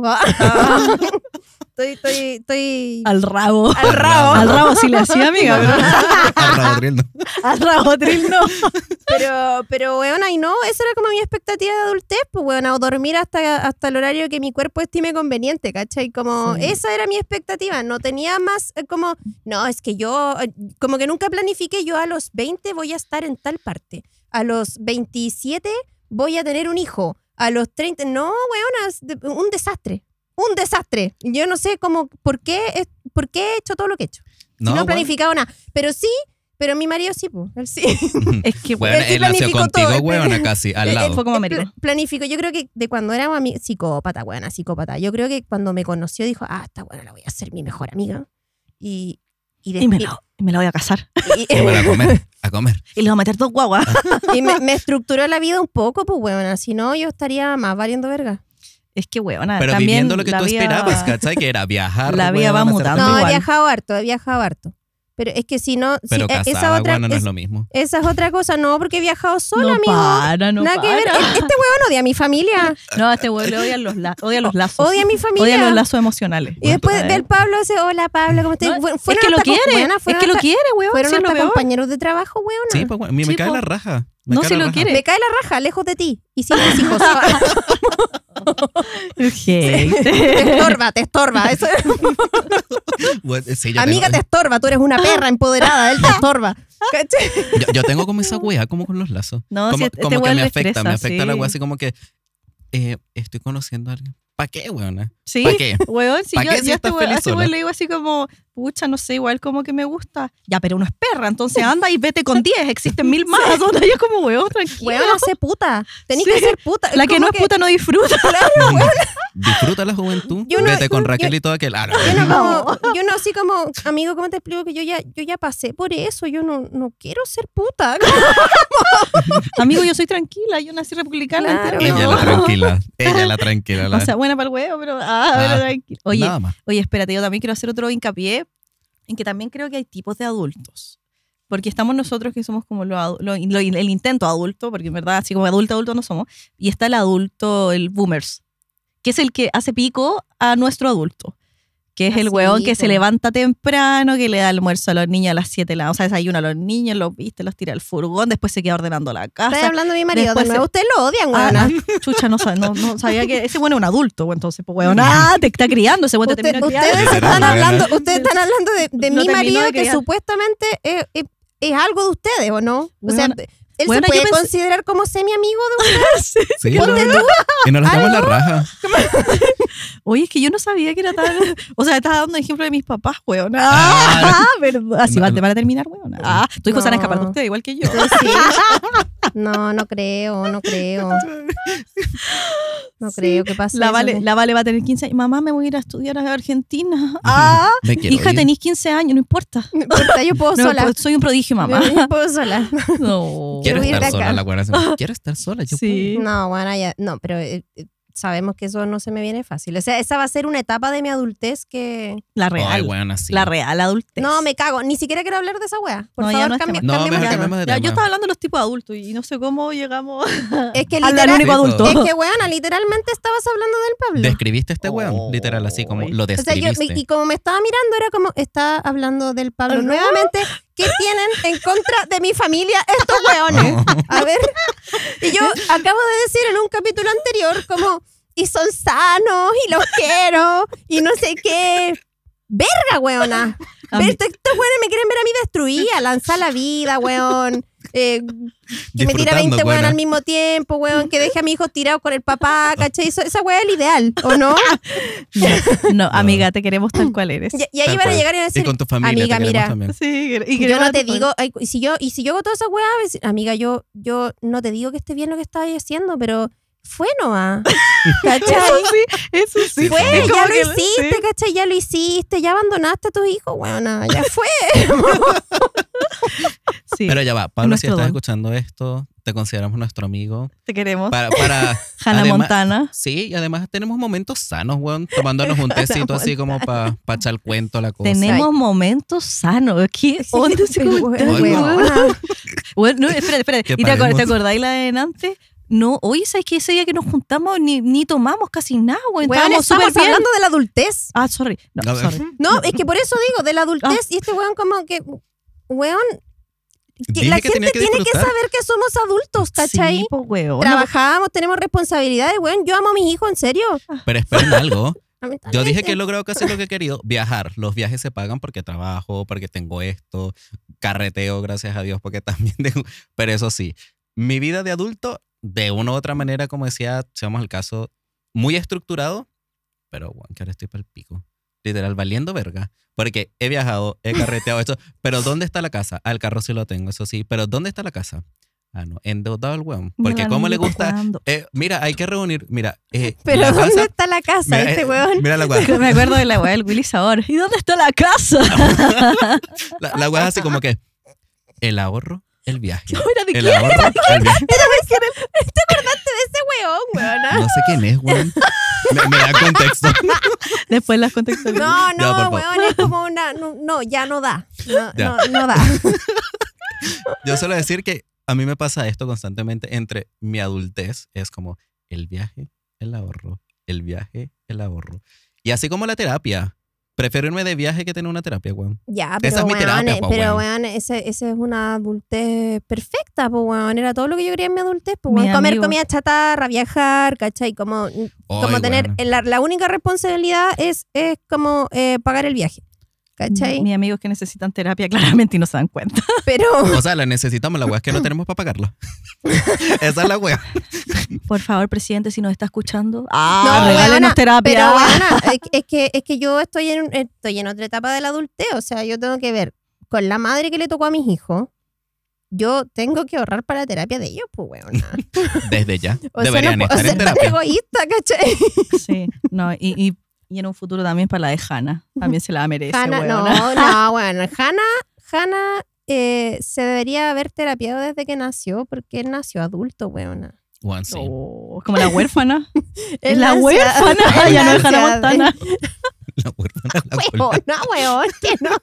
S4: Estoy
S3: Al rabo.
S4: al rabo.
S3: Al rabo sí le hacía, amiga.
S5: Al Rabotril, no.
S3: Al rabo tril no.
S4: Pero weona, y no, esa era como mi expectativa de adultez, pues weona, o dormir hasta el horario que mi cuerpo estime conveniente, ¿cachai? Como
S3: Sí.
S4: esa era mi expectativa, no tenía más como, no, es que yo, como que nunca planifiqué, yo a los 20 voy a estar en tal parte, a los 27 voy a tener un hijo, a los 30, no, weona, es un desastre. Un desastre. Yo no sé cómo, por qué he hecho todo lo que he hecho.
S5: No,
S4: No he
S5: bueno.
S4: planificado nada. Pero Pero mi marido sí, pues. Él sí.
S3: Es que,
S5: Bueno,
S4: Él sí
S5: él nació
S4: planificó
S5: contigo,
S4: todo,
S5: weona, casi, al lado.
S3: fue como Américo.
S4: Planificó. Yo creo que de cuando éramos psicópata, buena, psicópata. Yo creo que cuando me conoció dijo, esta buena la voy a hacer mi mejor amiga. Y
S3: Y me la voy a casar.
S4: y-
S5: Y bueno, a comer.
S3: Y le voy a meter 2 guaguas.
S4: y me estructuró la vida un poco, pues bueno, si no yo estaría más valiendo verga.
S3: Es que, weona,
S5: Pero
S3: también
S5: viviendo lo que
S3: la
S5: tú
S3: vida-
S5: esperabas, ¿cachai? Que era viajar.
S3: La vida va
S5: weona, hacer
S3: mutando.
S4: No,
S5: todo.
S3: igual.
S4: he viajado harto. Pero es que si no,
S5: Pero
S4: esa
S5: casada,
S4: otra,
S5: bueno, no es lo mismo.
S4: esa es otra cosa, no, porque he viajado sola,
S3: No
S4: amigo.
S3: para, no
S4: Nada que ver.
S3: para.
S4: Este weón odia a mi familia,
S3: No, a este weón le odia los lazos.
S4: odia a mi
S3: Odia
S4: familia.
S3: los lazos emocionales.
S4: Y después
S3: ¿sabes?
S4: del Pablo hace, hola Pablo, ¿cómo estás?
S3: No,
S4: Fueron
S3: es que lo
S4: hasta
S3: quiere.
S4: weona,
S3: Es que lo quiere, weón.
S4: Fueron
S3: sí, es lo
S4: hasta
S3: peor.
S4: compañeros de trabajo, weona.
S5: Sí, pues bueno, me
S3: Sí,
S5: cae
S3: po.
S5: la raja. Me
S3: No,
S5: cae
S3: si
S5: la
S3: lo
S5: raja.
S3: quiere.
S4: Me cae la raja, lejos de ti. Y sin tus hijos.
S3: El hate.
S4: Te estorba. Eso es.
S5: Bueno, sí, yo
S4: Amiga, te
S5: tengo,
S4: estorba. Tú eres una perra empoderada. Él te estorba. ¿Cachai?
S5: yo tengo como esa wea, como con los lazos.
S3: No,
S5: como
S3: si te
S5: como que
S3: vuelve
S5: me afecta
S3: estresa,
S5: la
S3: sí.
S5: wea así como que estoy conociendo a alguien. ¿Para qué, weona?
S3: Sí,
S5: ¿Pa' qué?
S3: weón, si
S5: ¿Pa'
S3: yo,
S5: qué si
S3: yo
S5: estás
S3: a
S5: feliz
S3: este
S5: sola?
S3: weón le digo así como, pucha, no sé, igual como que me gusta. Ya, pero uno es perra, entonces anda y vete con 10, existen 1000 más. Onda, yo como, weón, tranquilo.
S4: Weona, sé puta. Tenés
S3: Sí.
S4: que ser puta.
S3: La que
S4: como
S3: no es puta no disfruta.
S5: Disfruta la juventud.
S4: Yo no-
S5: Vete con Raquel y todo aquel. Ah, no.
S4: Yo no así como, amigo, ¿cómo te explico? Que yo ya pasé por eso. Yo no quiero ser puta.
S3: Amigo, yo soy tranquila, yo nací republicana.
S4: Claro.
S3: entiéndelo.
S5: Ella la tranquila. Ella la tranquila.
S3: O sea, buena para el huevo, pero tranquila. Oye,
S5: nada más.
S3: Oye, espérate, yo también quiero hacer otro hincapié en que también creo que hay tipos de adultos. Porque estamos nosotros que somos como el intento adulto, porque en verdad así como adulto no somos, y está el adulto, el boomers, que es el que hace pico a nuestro adulto, que es el
S4: Así,
S3: weón que se
S4: po.
S3: levanta temprano, que le da almuerzo a los niños a las 7 o sea, desayuna a los niños, los viste, los tira al furgón, después se queda ordenando la
S4: Estoy
S3: casa.
S4: hablando de mi marido.
S3: Después
S4: De nuevo, ustedes lo odian, weona.
S3: Chucha, no sabía que ese weón es un adulto, pues, entonces, pues weón, te está criando, ese weón te termina
S4: Ustedes
S3: criando.
S5: Literal,
S4: están hablando,
S5: weona.
S4: ustedes están hablando de
S3: No
S4: mi
S3: terminó
S4: marido
S3: de
S4: que
S3: criar.
S4: supuestamente es algo de ustedes, ¿o no? O sea,
S3: Weona,
S4: él
S3: weona,
S4: se puede
S3: yo pensé-
S4: considerar como semi-amigo de usted.
S5: Sí, y nos la damos la raja.
S3: Oye, es que yo no sabía que era tan. O sea, estaba dando ejemplo de mis papás, weón.
S5: Ah.
S3: Verdad. Así
S5: No,
S3: te van a terminar, weón. Tu hijo se van a escapar de
S4: No.
S3: usted, igual que yo.
S4: Entonces, sí. No creo. No creo que pase
S3: La
S4: eso.
S3: Vale va a tener 15 años. Mamá, me voy a ir a estudiar a Argentina.
S5: Me quiero
S3: Hija,
S5: ir.
S3: tenés 15 años, no importa.
S4: No importa, yo puedo
S3: No,
S4: sola.
S3: pues, soy un prodigio, mamá.
S4: Yo puedo sola.
S3: No.
S5: Quiero
S4: Quiero ir de
S5: estar sola,
S4: acá.
S5: la buena. Quiero estar sola. Yo
S3: Sí.
S4: No, bueno, ya, no, pero sabemos que eso no se me viene fácil. O sea, esa va a ser una etapa de mi adultez que...
S3: La
S5: puedo.
S3: real.
S5: Ay, buena, sí.
S3: La real adultez.
S4: No, me cago. Ni siquiera quiero hablar de esa wea. Por
S3: No, ya
S4: favor,
S3: no es tema.
S5: No,
S4: cambiemos
S5: mejor
S4: de tema.
S5: cambiemos de
S3: Ya,
S5: tema.
S3: yo estaba hablando de los tipos adultos y no sé cómo llegamos
S4: Es que
S3: al
S4: literal,
S3: único
S5: Sí,
S3: adulto.
S4: es que weona, literalmente estabas hablando del Pablo.
S5: Describiste este weón, literal, así como lo
S4: O sea,
S5: describiste.
S4: y como me estaba mirando, era como, está hablando del Pablo nuevamente. ¿Qué tienen en contra de mi familia estos weones? A ver. Y yo acabo de decir en un capítulo anterior, como, y son sanos, y los quiero, y no sé qué. ¡Verga, weona!
S3: A mí-
S4: Estos weones me quieren ver a mí destruida, lanzar la vida, weón. Que me tira 20 weón
S5: buena.
S4: al mismo tiempo, weón, que deje a mi hijo tirado con el papá, ¿cachai? Esa weá es el ideal, ¿o no?
S3: No, amiga, te queremos tal cual eres.
S4: Y ahí
S5: Tal
S4: van a
S5: cual.
S4: llegar y van a decir,
S5: Y con tu familia
S4: amiga,
S5: te queremos
S4: mira,
S5: también.
S3: Sí, y
S4: yo
S3: queremos
S4: no te
S3: a tu
S4: digo, ay, y si yo hago toda esa weá, amiga, yo no te digo que esté bien lo que estás haciendo, pero fue nomás. ¿Cachai?
S3: Eso sí.
S4: Fue,
S3: Es como
S4: ya lo
S3: que
S4: hiciste,
S3: sí.
S4: ¿cachai? Ya lo hiciste, ya abandonaste a tus hijos, weona, ya fue.
S3: Sí,
S5: Pero ya va, Pablo, si
S3: Nuestro
S5: estás
S3: don.
S5: escuchando esto, te consideramos nuestro amigo.
S3: te queremos.
S5: Para
S3: Hannah
S5: además-
S3: Montana.
S5: Sí, y además tenemos momentos sanos, weón, tomándonos un tecito así como para echar el cuento la cosa.
S3: Tenemos momentos sanos. ¿Qué onda ese
S4: Pero,
S3: comentario?
S4: weona.
S3: Bueno, no, espérate.
S5: Que
S3: ¿Y te
S5: paremos.
S3: acordáis la de antes? No, oye, ¿sabes que ese día que nos juntamos ni tomamos casi nada, güey?
S4: Weón,
S3: Estábamos súper
S4: estamos
S3: bien.
S4: hablando de la adultez.
S3: Sorry. No,
S5: A ver.
S3: sorry.
S4: No, es que por eso digo, de la adultez, y este weón como que, weón, que
S5: Dije
S4: la
S5: que
S4: gente
S5: tenía que
S4: tiene que
S5: disfrutar.
S4: saber que somos adultos, ¿cachai?
S3: Sí, pues, weón.
S4: Trabajamos, tenemos responsabilidades, weón. Yo amo a mis hijos, en serio.
S5: Pero esperen algo. Yo
S4: Lamentablemente.
S5: dije que he logrado casi lo que he querido. Viajar. Los viajes se pagan porque trabajo, porque tengo esto. Carreteo, gracias a Dios, porque también tengo... Pero eso sí, mi vida de adulto, de una u otra manera, como decía, seamos el caso, muy estructurado. Pero, bueno, que ahora estoy para el pico. literal, valiendo verga. Porque he viajado, he carreteado esto. Pero ¿dónde está la casa? Ah, el carro sí lo tengo, eso sí. Pero ¿dónde está la casa? Ah, no, endeudado el weón. Porque ¿cómo le gusta? Mira, hay que reunir. Mira,
S4: Pero
S5: la
S4: ¿dónde
S5: casa-
S4: está la casa
S5: mira,
S4: este weón?
S5: Mira la weá.
S3: Me acuerdo de la weá del Willy Sabor. ¿Y dónde está la casa?
S5: La weá así como que el ahorro, el viaje.
S3: Mira, ¿de
S5: El
S3: quién?
S5: ahorro, el viaje.
S4: ¿Te acordaste de ese weón, weona?
S5: No sé quién es, weón. Me da contexto.
S3: Después las contextualizé.
S4: No,
S5: Ya, por favor.
S4: weón, es como una... No, ya no da.
S5: Ya.
S4: No da.
S5: Yo suelo decir que a mí me pasa esto constantemente entre mi adultez. Es como el viaje, el ahorro, el viaje, el ahorro. Y así como la terapia. Prefiero irme de viaje que tener una terapia, weón.
S4: Ya,
S5: Esa
S4: pero
S5: es mi
S4: weón,
S5: terapia, po,
S4: pero
S5: weón.
S4: weón, ese es una adultez perfecta, pues weón. Era todo lo que yo quería en mi adultez, pues
S3: Mi
S4: weón. Comer
S3: amigo.
S4: comida chatarra, viajar, ¿cachai? Como tener...
S5: weón.
S4: La única responsabilidad es como pagar el viaje, ¿cachai?
S3: Mis amigos que necesitan terapia claramente y no se dan cuenta.
S4: Pero...
S5: O sea, la necesitamos, la weá es que no tenemos para pagarla. Esa es la weá.
S3: Por favor, presidente, si nos está escuchando.
S4: No,
S3: regálenos
S4: weona,
S3: terapia.
S4: Pero weona, es que yo estoy en otra etapa de la adultez. O sea, yo tengo que ver con la madre que le tocó a mis hijos. Yo tengo que ahorrar para la terapia de ellos, pues weona.
S5: Desde ya.
S4: O sea,
S5: Deberían
S4: no puedo
S5: estar en
S4: ser tan
S5: terapia.
S4: egoísta, ¿cachai?
S3: Sí, no, y en un futuro también para la de Hannah. También se la merece,
S4: Hanna,
S3: weona.
S4: no, bueno, Hanna se debería haber terapiado desde que nació, porque él nació adulto, weona.
S5: Weón, sí.
S3: Oh, como la huérfana. Es
S4: Él
S3: la
S4: nació-
S3: huérfana.
S4: él
S3: Ya no es
S4: nació-
S3: Hannah Montana.
S5: La huérfana, la culia.
S4: Weón, que no,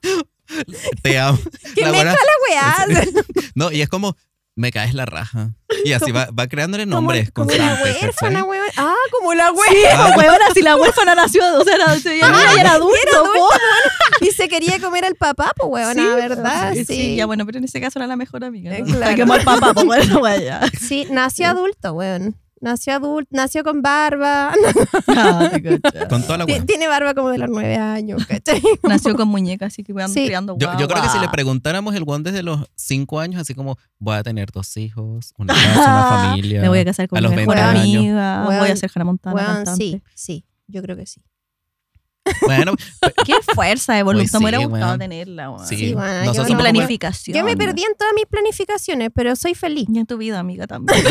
S5: Te amo.
S4: que
S5: La
S4: mezcla
S5: buena-
S4: la weá.
S5: No, y es como, me caes la raja. Y así va creándole nombres
S4: Como la
S5: constantes.
S4: huérfana,
S5: ¿cachai?
S4: weón. Ah, como la
S3: Sí,
S4: huérfana.
S3: pues, weona, si la huérfana nació, o sea, ya era adulto. po.
S4: Y se quería comer al papá, pues weona,
S3: Sí,
S4: ¿verdad?
S3: Sí, ya bueno, pero en ese caso era la mejor amiga. ¿no?
S4: Claro.
S3: La quemó al papá, pues bueno, vaya.
S4: Sí, nació adulto, weón. Nació adulto, nació con barba.
S3: Ah, te cacho.
S5: Con toda la weá.
S4: Tiene barba como de los 9 años, ¿cachai?
S3: Nació con muñeca, así que van
S4: Sí.
S3: criando
S5: Yo creo que si le
S3: guagua.
S5: preguntáramos el guan desde los 5 años, así como, voy a tener 2 hijos, una casa, una familia.
S3: Me voy a casar con
S5: a
S3: mi
S5: los
S3: mejor
S5: 20 años.
S3: amiga.
S4: Weón,
S3: Voy a ser Hannah Montana
S4: Weón,
S3: cantante.
S4: sí, yo creo que sí.
S5: Bueno,
S3: Qué fuerza de voluntad.
S5: Pues
S3: me hubiera
S5: sí,
S3: gustado
S5: weón.
S3: tenerla, weón.
S5: sí,
S4: Sí, bueno,
S5: nosotros
S4: yo
S3: Y
S5: somos como-
S3: planificación.
S4: Yo me perdí en todas mis planificaciones, pero soy feliz.
S3: Y en tu vida, amiga, también.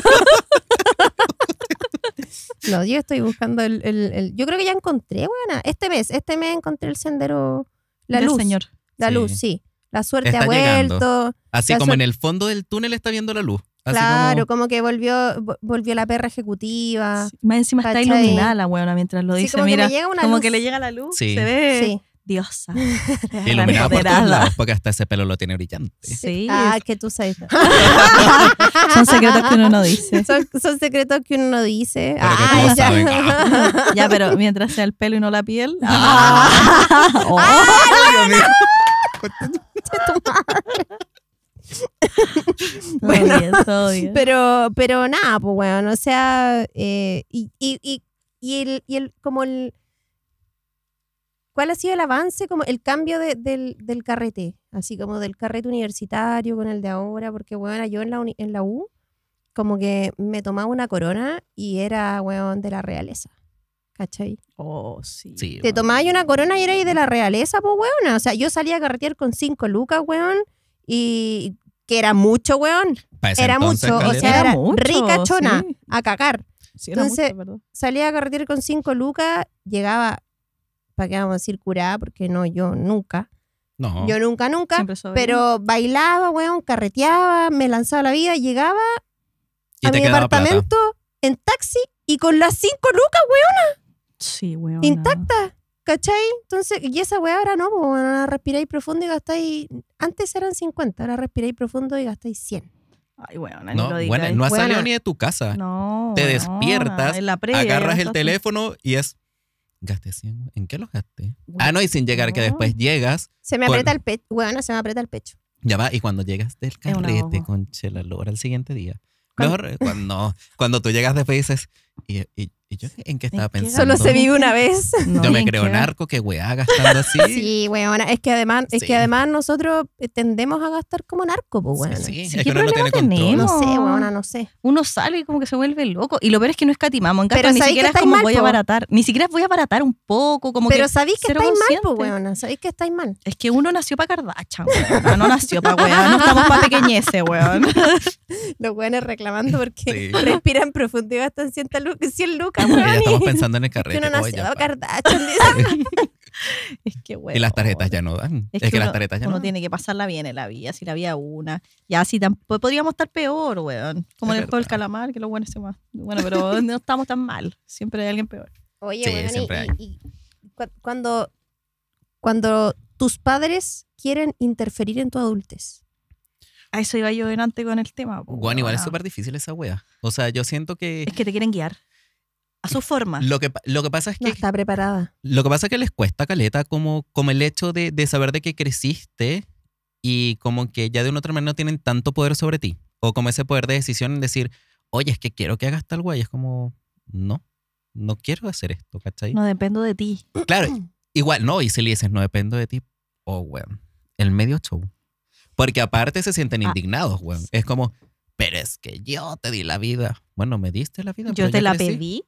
S4: No, yo estoy buscando yo creo que ya encontré, buena. Este mes encontré el sendero, la
S3: Del
S4: luz.
S3: Señor.
S4: La
S5: Sí.
S4: luz, sí. La suerte
S5: Está
S4: ha
S5: llegando.
S4: vuelto.
S5: Así
S4: La
S5: como en
S4: suerte-
S5: el fondo del túnel está viendo la luz. Así
S4: Claro,
S5: como,
S4: como que volvió la perra ejecutiva.
S3: Sí, más encima está
S4: ¿Cachai?
S3: iluminada la weona mientras lo
S4: Sí,
S3: dice.
S4: como que
S3: Mira,
S4: me llega una
S3: como
S4: luz.
S3: que le llega la luz.
S5: Sí.
S3: Se ve
S4: Sí.
S3: diosa.
S5: iluminada por todos
S3: Empoderada.
S5: lados, porque hasta ese pelo lo tiene brillante.
S3: Sí.
S4: Ah, que tú sabes.
S3: Son secretos que uno no dice.
S4: Son secretos que uno no dice.
S5: Pero que todos
S4: ya.
S5: saben.
S3: Ya, pero mientras sea el pelo y no la piel. Oh.
S5: Ay, Dios mío.
S3: Todo bien, todo bien.
S4: Pero nada, pues bueno, o sea, ¿cuál ha sido el avance? Como el cambio del carrete, así como del carrete universitario con el de ahora, porque bueno, yo en la U, como que me tomaba una corona y era, weón, de la realeza, ¿cachai?
S3: Oh, sí.
S5: Sí,
S4: Te tomabas una corona y eras de la realeza, pues, weón. O sea, yo salía a carretear con 5 lucas, weón, y que era mucho, weón.
S5: para ese
S4: Era
S5: entonces,
S4: mucho, o
S5: caleta.
S4: sea, era
S3: mucho,
S4: rica chona,
S3: sí.
S4: a cagar.
S3: Sí, era
S4: Entonces,
S3: mucho, perdón.
S4: Salía a carretear con 5 lucas, llegaba, ¿para qué vamos a decir curada? Porque no, yo nunca.
S5: No.
S4: Yo nunca,
S3: Siempre soy
S4: pero bailaba, weón, carreteaba, me lanzaba a la vida, llegaba
S5: Y
S4: a
S5: te
S4: mi
S5: quedaba plata.
S4: departamento en taxi y con las 5 lucas, weón,
S3: Sí, weón.
S4: intactas, ¿cachai? Entonces, y esa weá ahora no, pues, bueno, ahora respiráis profundo y gastáis, antes eran 50, ahora respiráis profundo y gastáis 100.
S3: Ay, weón,
S5: No, bueno, no has
S4: Buena.
S5: salido ni de tu casa.
S3: No,
S5: Te
S3: weona,
S5: despiertas,
S3: en la previa,
S5: Agarras
S3: ya
S5: el
S3: estás-
S5: teléfono y es, gasté 100. ¿En qué los gasté?
S3: Weón.
S5: Ah, no, y sin llegar que
S3: No.
S5: después llegas,
S4: Se me
S5: Con-
S4: aprieta el pecho, weón, se me aprieta el pecho.
S5: ya va, y cuando llegas del
S3: una
S5: carrete
S3: guagua.
S5: con Chela Lora al siguiente día, Mejor cuando tú llegas después y dices, ¿y yo en qué estaba
S3: ¿En qué?
S5: pensando?
S4: Solo se vive una vez.
S3: No,
S5: Yo me
S3: ¿en
S5: creo
S3: qué?
S5: narco, que weá, gastando así.
S4: Sí, weona. Es que además nosotros tendemos a gastar como narco, pues, weona.
S5: Sí,
S3: Sí,
S5: es
S3: ¿qué
S5: que uno no tiene
S3: problema
S5: control.
S4: No
S3: tenemos?
S4: sé, weona, no sé.
S3: Uno sale y como que se vuelve loco. Y lo peor es que no escatimamos en gasto,
S4: Pero
S3: ni
S4: ¿sabéis
S3: siquiera
S4: que
S3: es como
S4: estáis mal,
S3: voy a
S4: po?
S3: abaratar. Ni siquiera voy a abaratar un poco, como
S4: Pero
S3: que
S4: sabéis que
S3: cero
S4: estáis mal, pues,
S3: consciente.
S4: weona. Sabéis que estáis mal.
S3: Es que uno nació para Kardashian, weón. No nació para weón. No estamos para pequeñeces, weón.
S4: Los weones reclamando porque
S5: Sí.
S4: respiran profundo y gastan 100 lucas,
S5: Y
S4: weón.
S5: ya estamos pensando en el
S4: Que
S5: carrete.
S4: uno
S5: Oye,
S4: nació
S5: ya
S4: a
S5: pa.
S4: Kardashian, dice.
S3: Es que weón.
S5: Y las tarjetas ya no dan. Es que las tarjetas ya no
S3: uno
S5: dan.
S3: tiene que pasarla bien en la vida, si la vida es una. Ya, si tampoco podríamos estar peor, weón. Como
S5: Es
S3: en el juego del
S5: verdad.
S3: calamar, que los buenos se más. Bueno, pero no estamos tan mal. Siempre hay alguien peor.
S4: Oye,
S5: Sí,
S4: weón,
S5: siempre hay.
S4: y cuando tus padres quieren interferir en tu adultez.
S3: A eso iba yo delante con el tema. po,
S5: Bueno, igual es
S3: weona.
S5: súper difícil esa wea. O sea, yo siento que
S3: Es que te quieren guiar. A su forma.
S5: lo que pasa es
S4: No
S5: que
S4: está preparada.
S5: lo que pasa es que les cuesta caleta como el hecho de saber de que creciste y como que ya de una otra manera no tienen tanto poder sobre ti. O como ese poder de decisión en decir, oye, es que quiero que hagas tal wea. Y es como, no quiero hacer esto, ¿cachai?
S3: No dependo de ti.
S5: Claro, igual, no, y si le dices, no dependo de ti, weón, el medio show. Porque aparte se sienten
S3: Ah.
S5: indignados, weón. Es como, pero es que yo te di la vida. Bueno, me diste la vida.
S3: Yo
S5: pero
S3: te
S5: ya
S3: la
S5: crecí.
S3: pedí.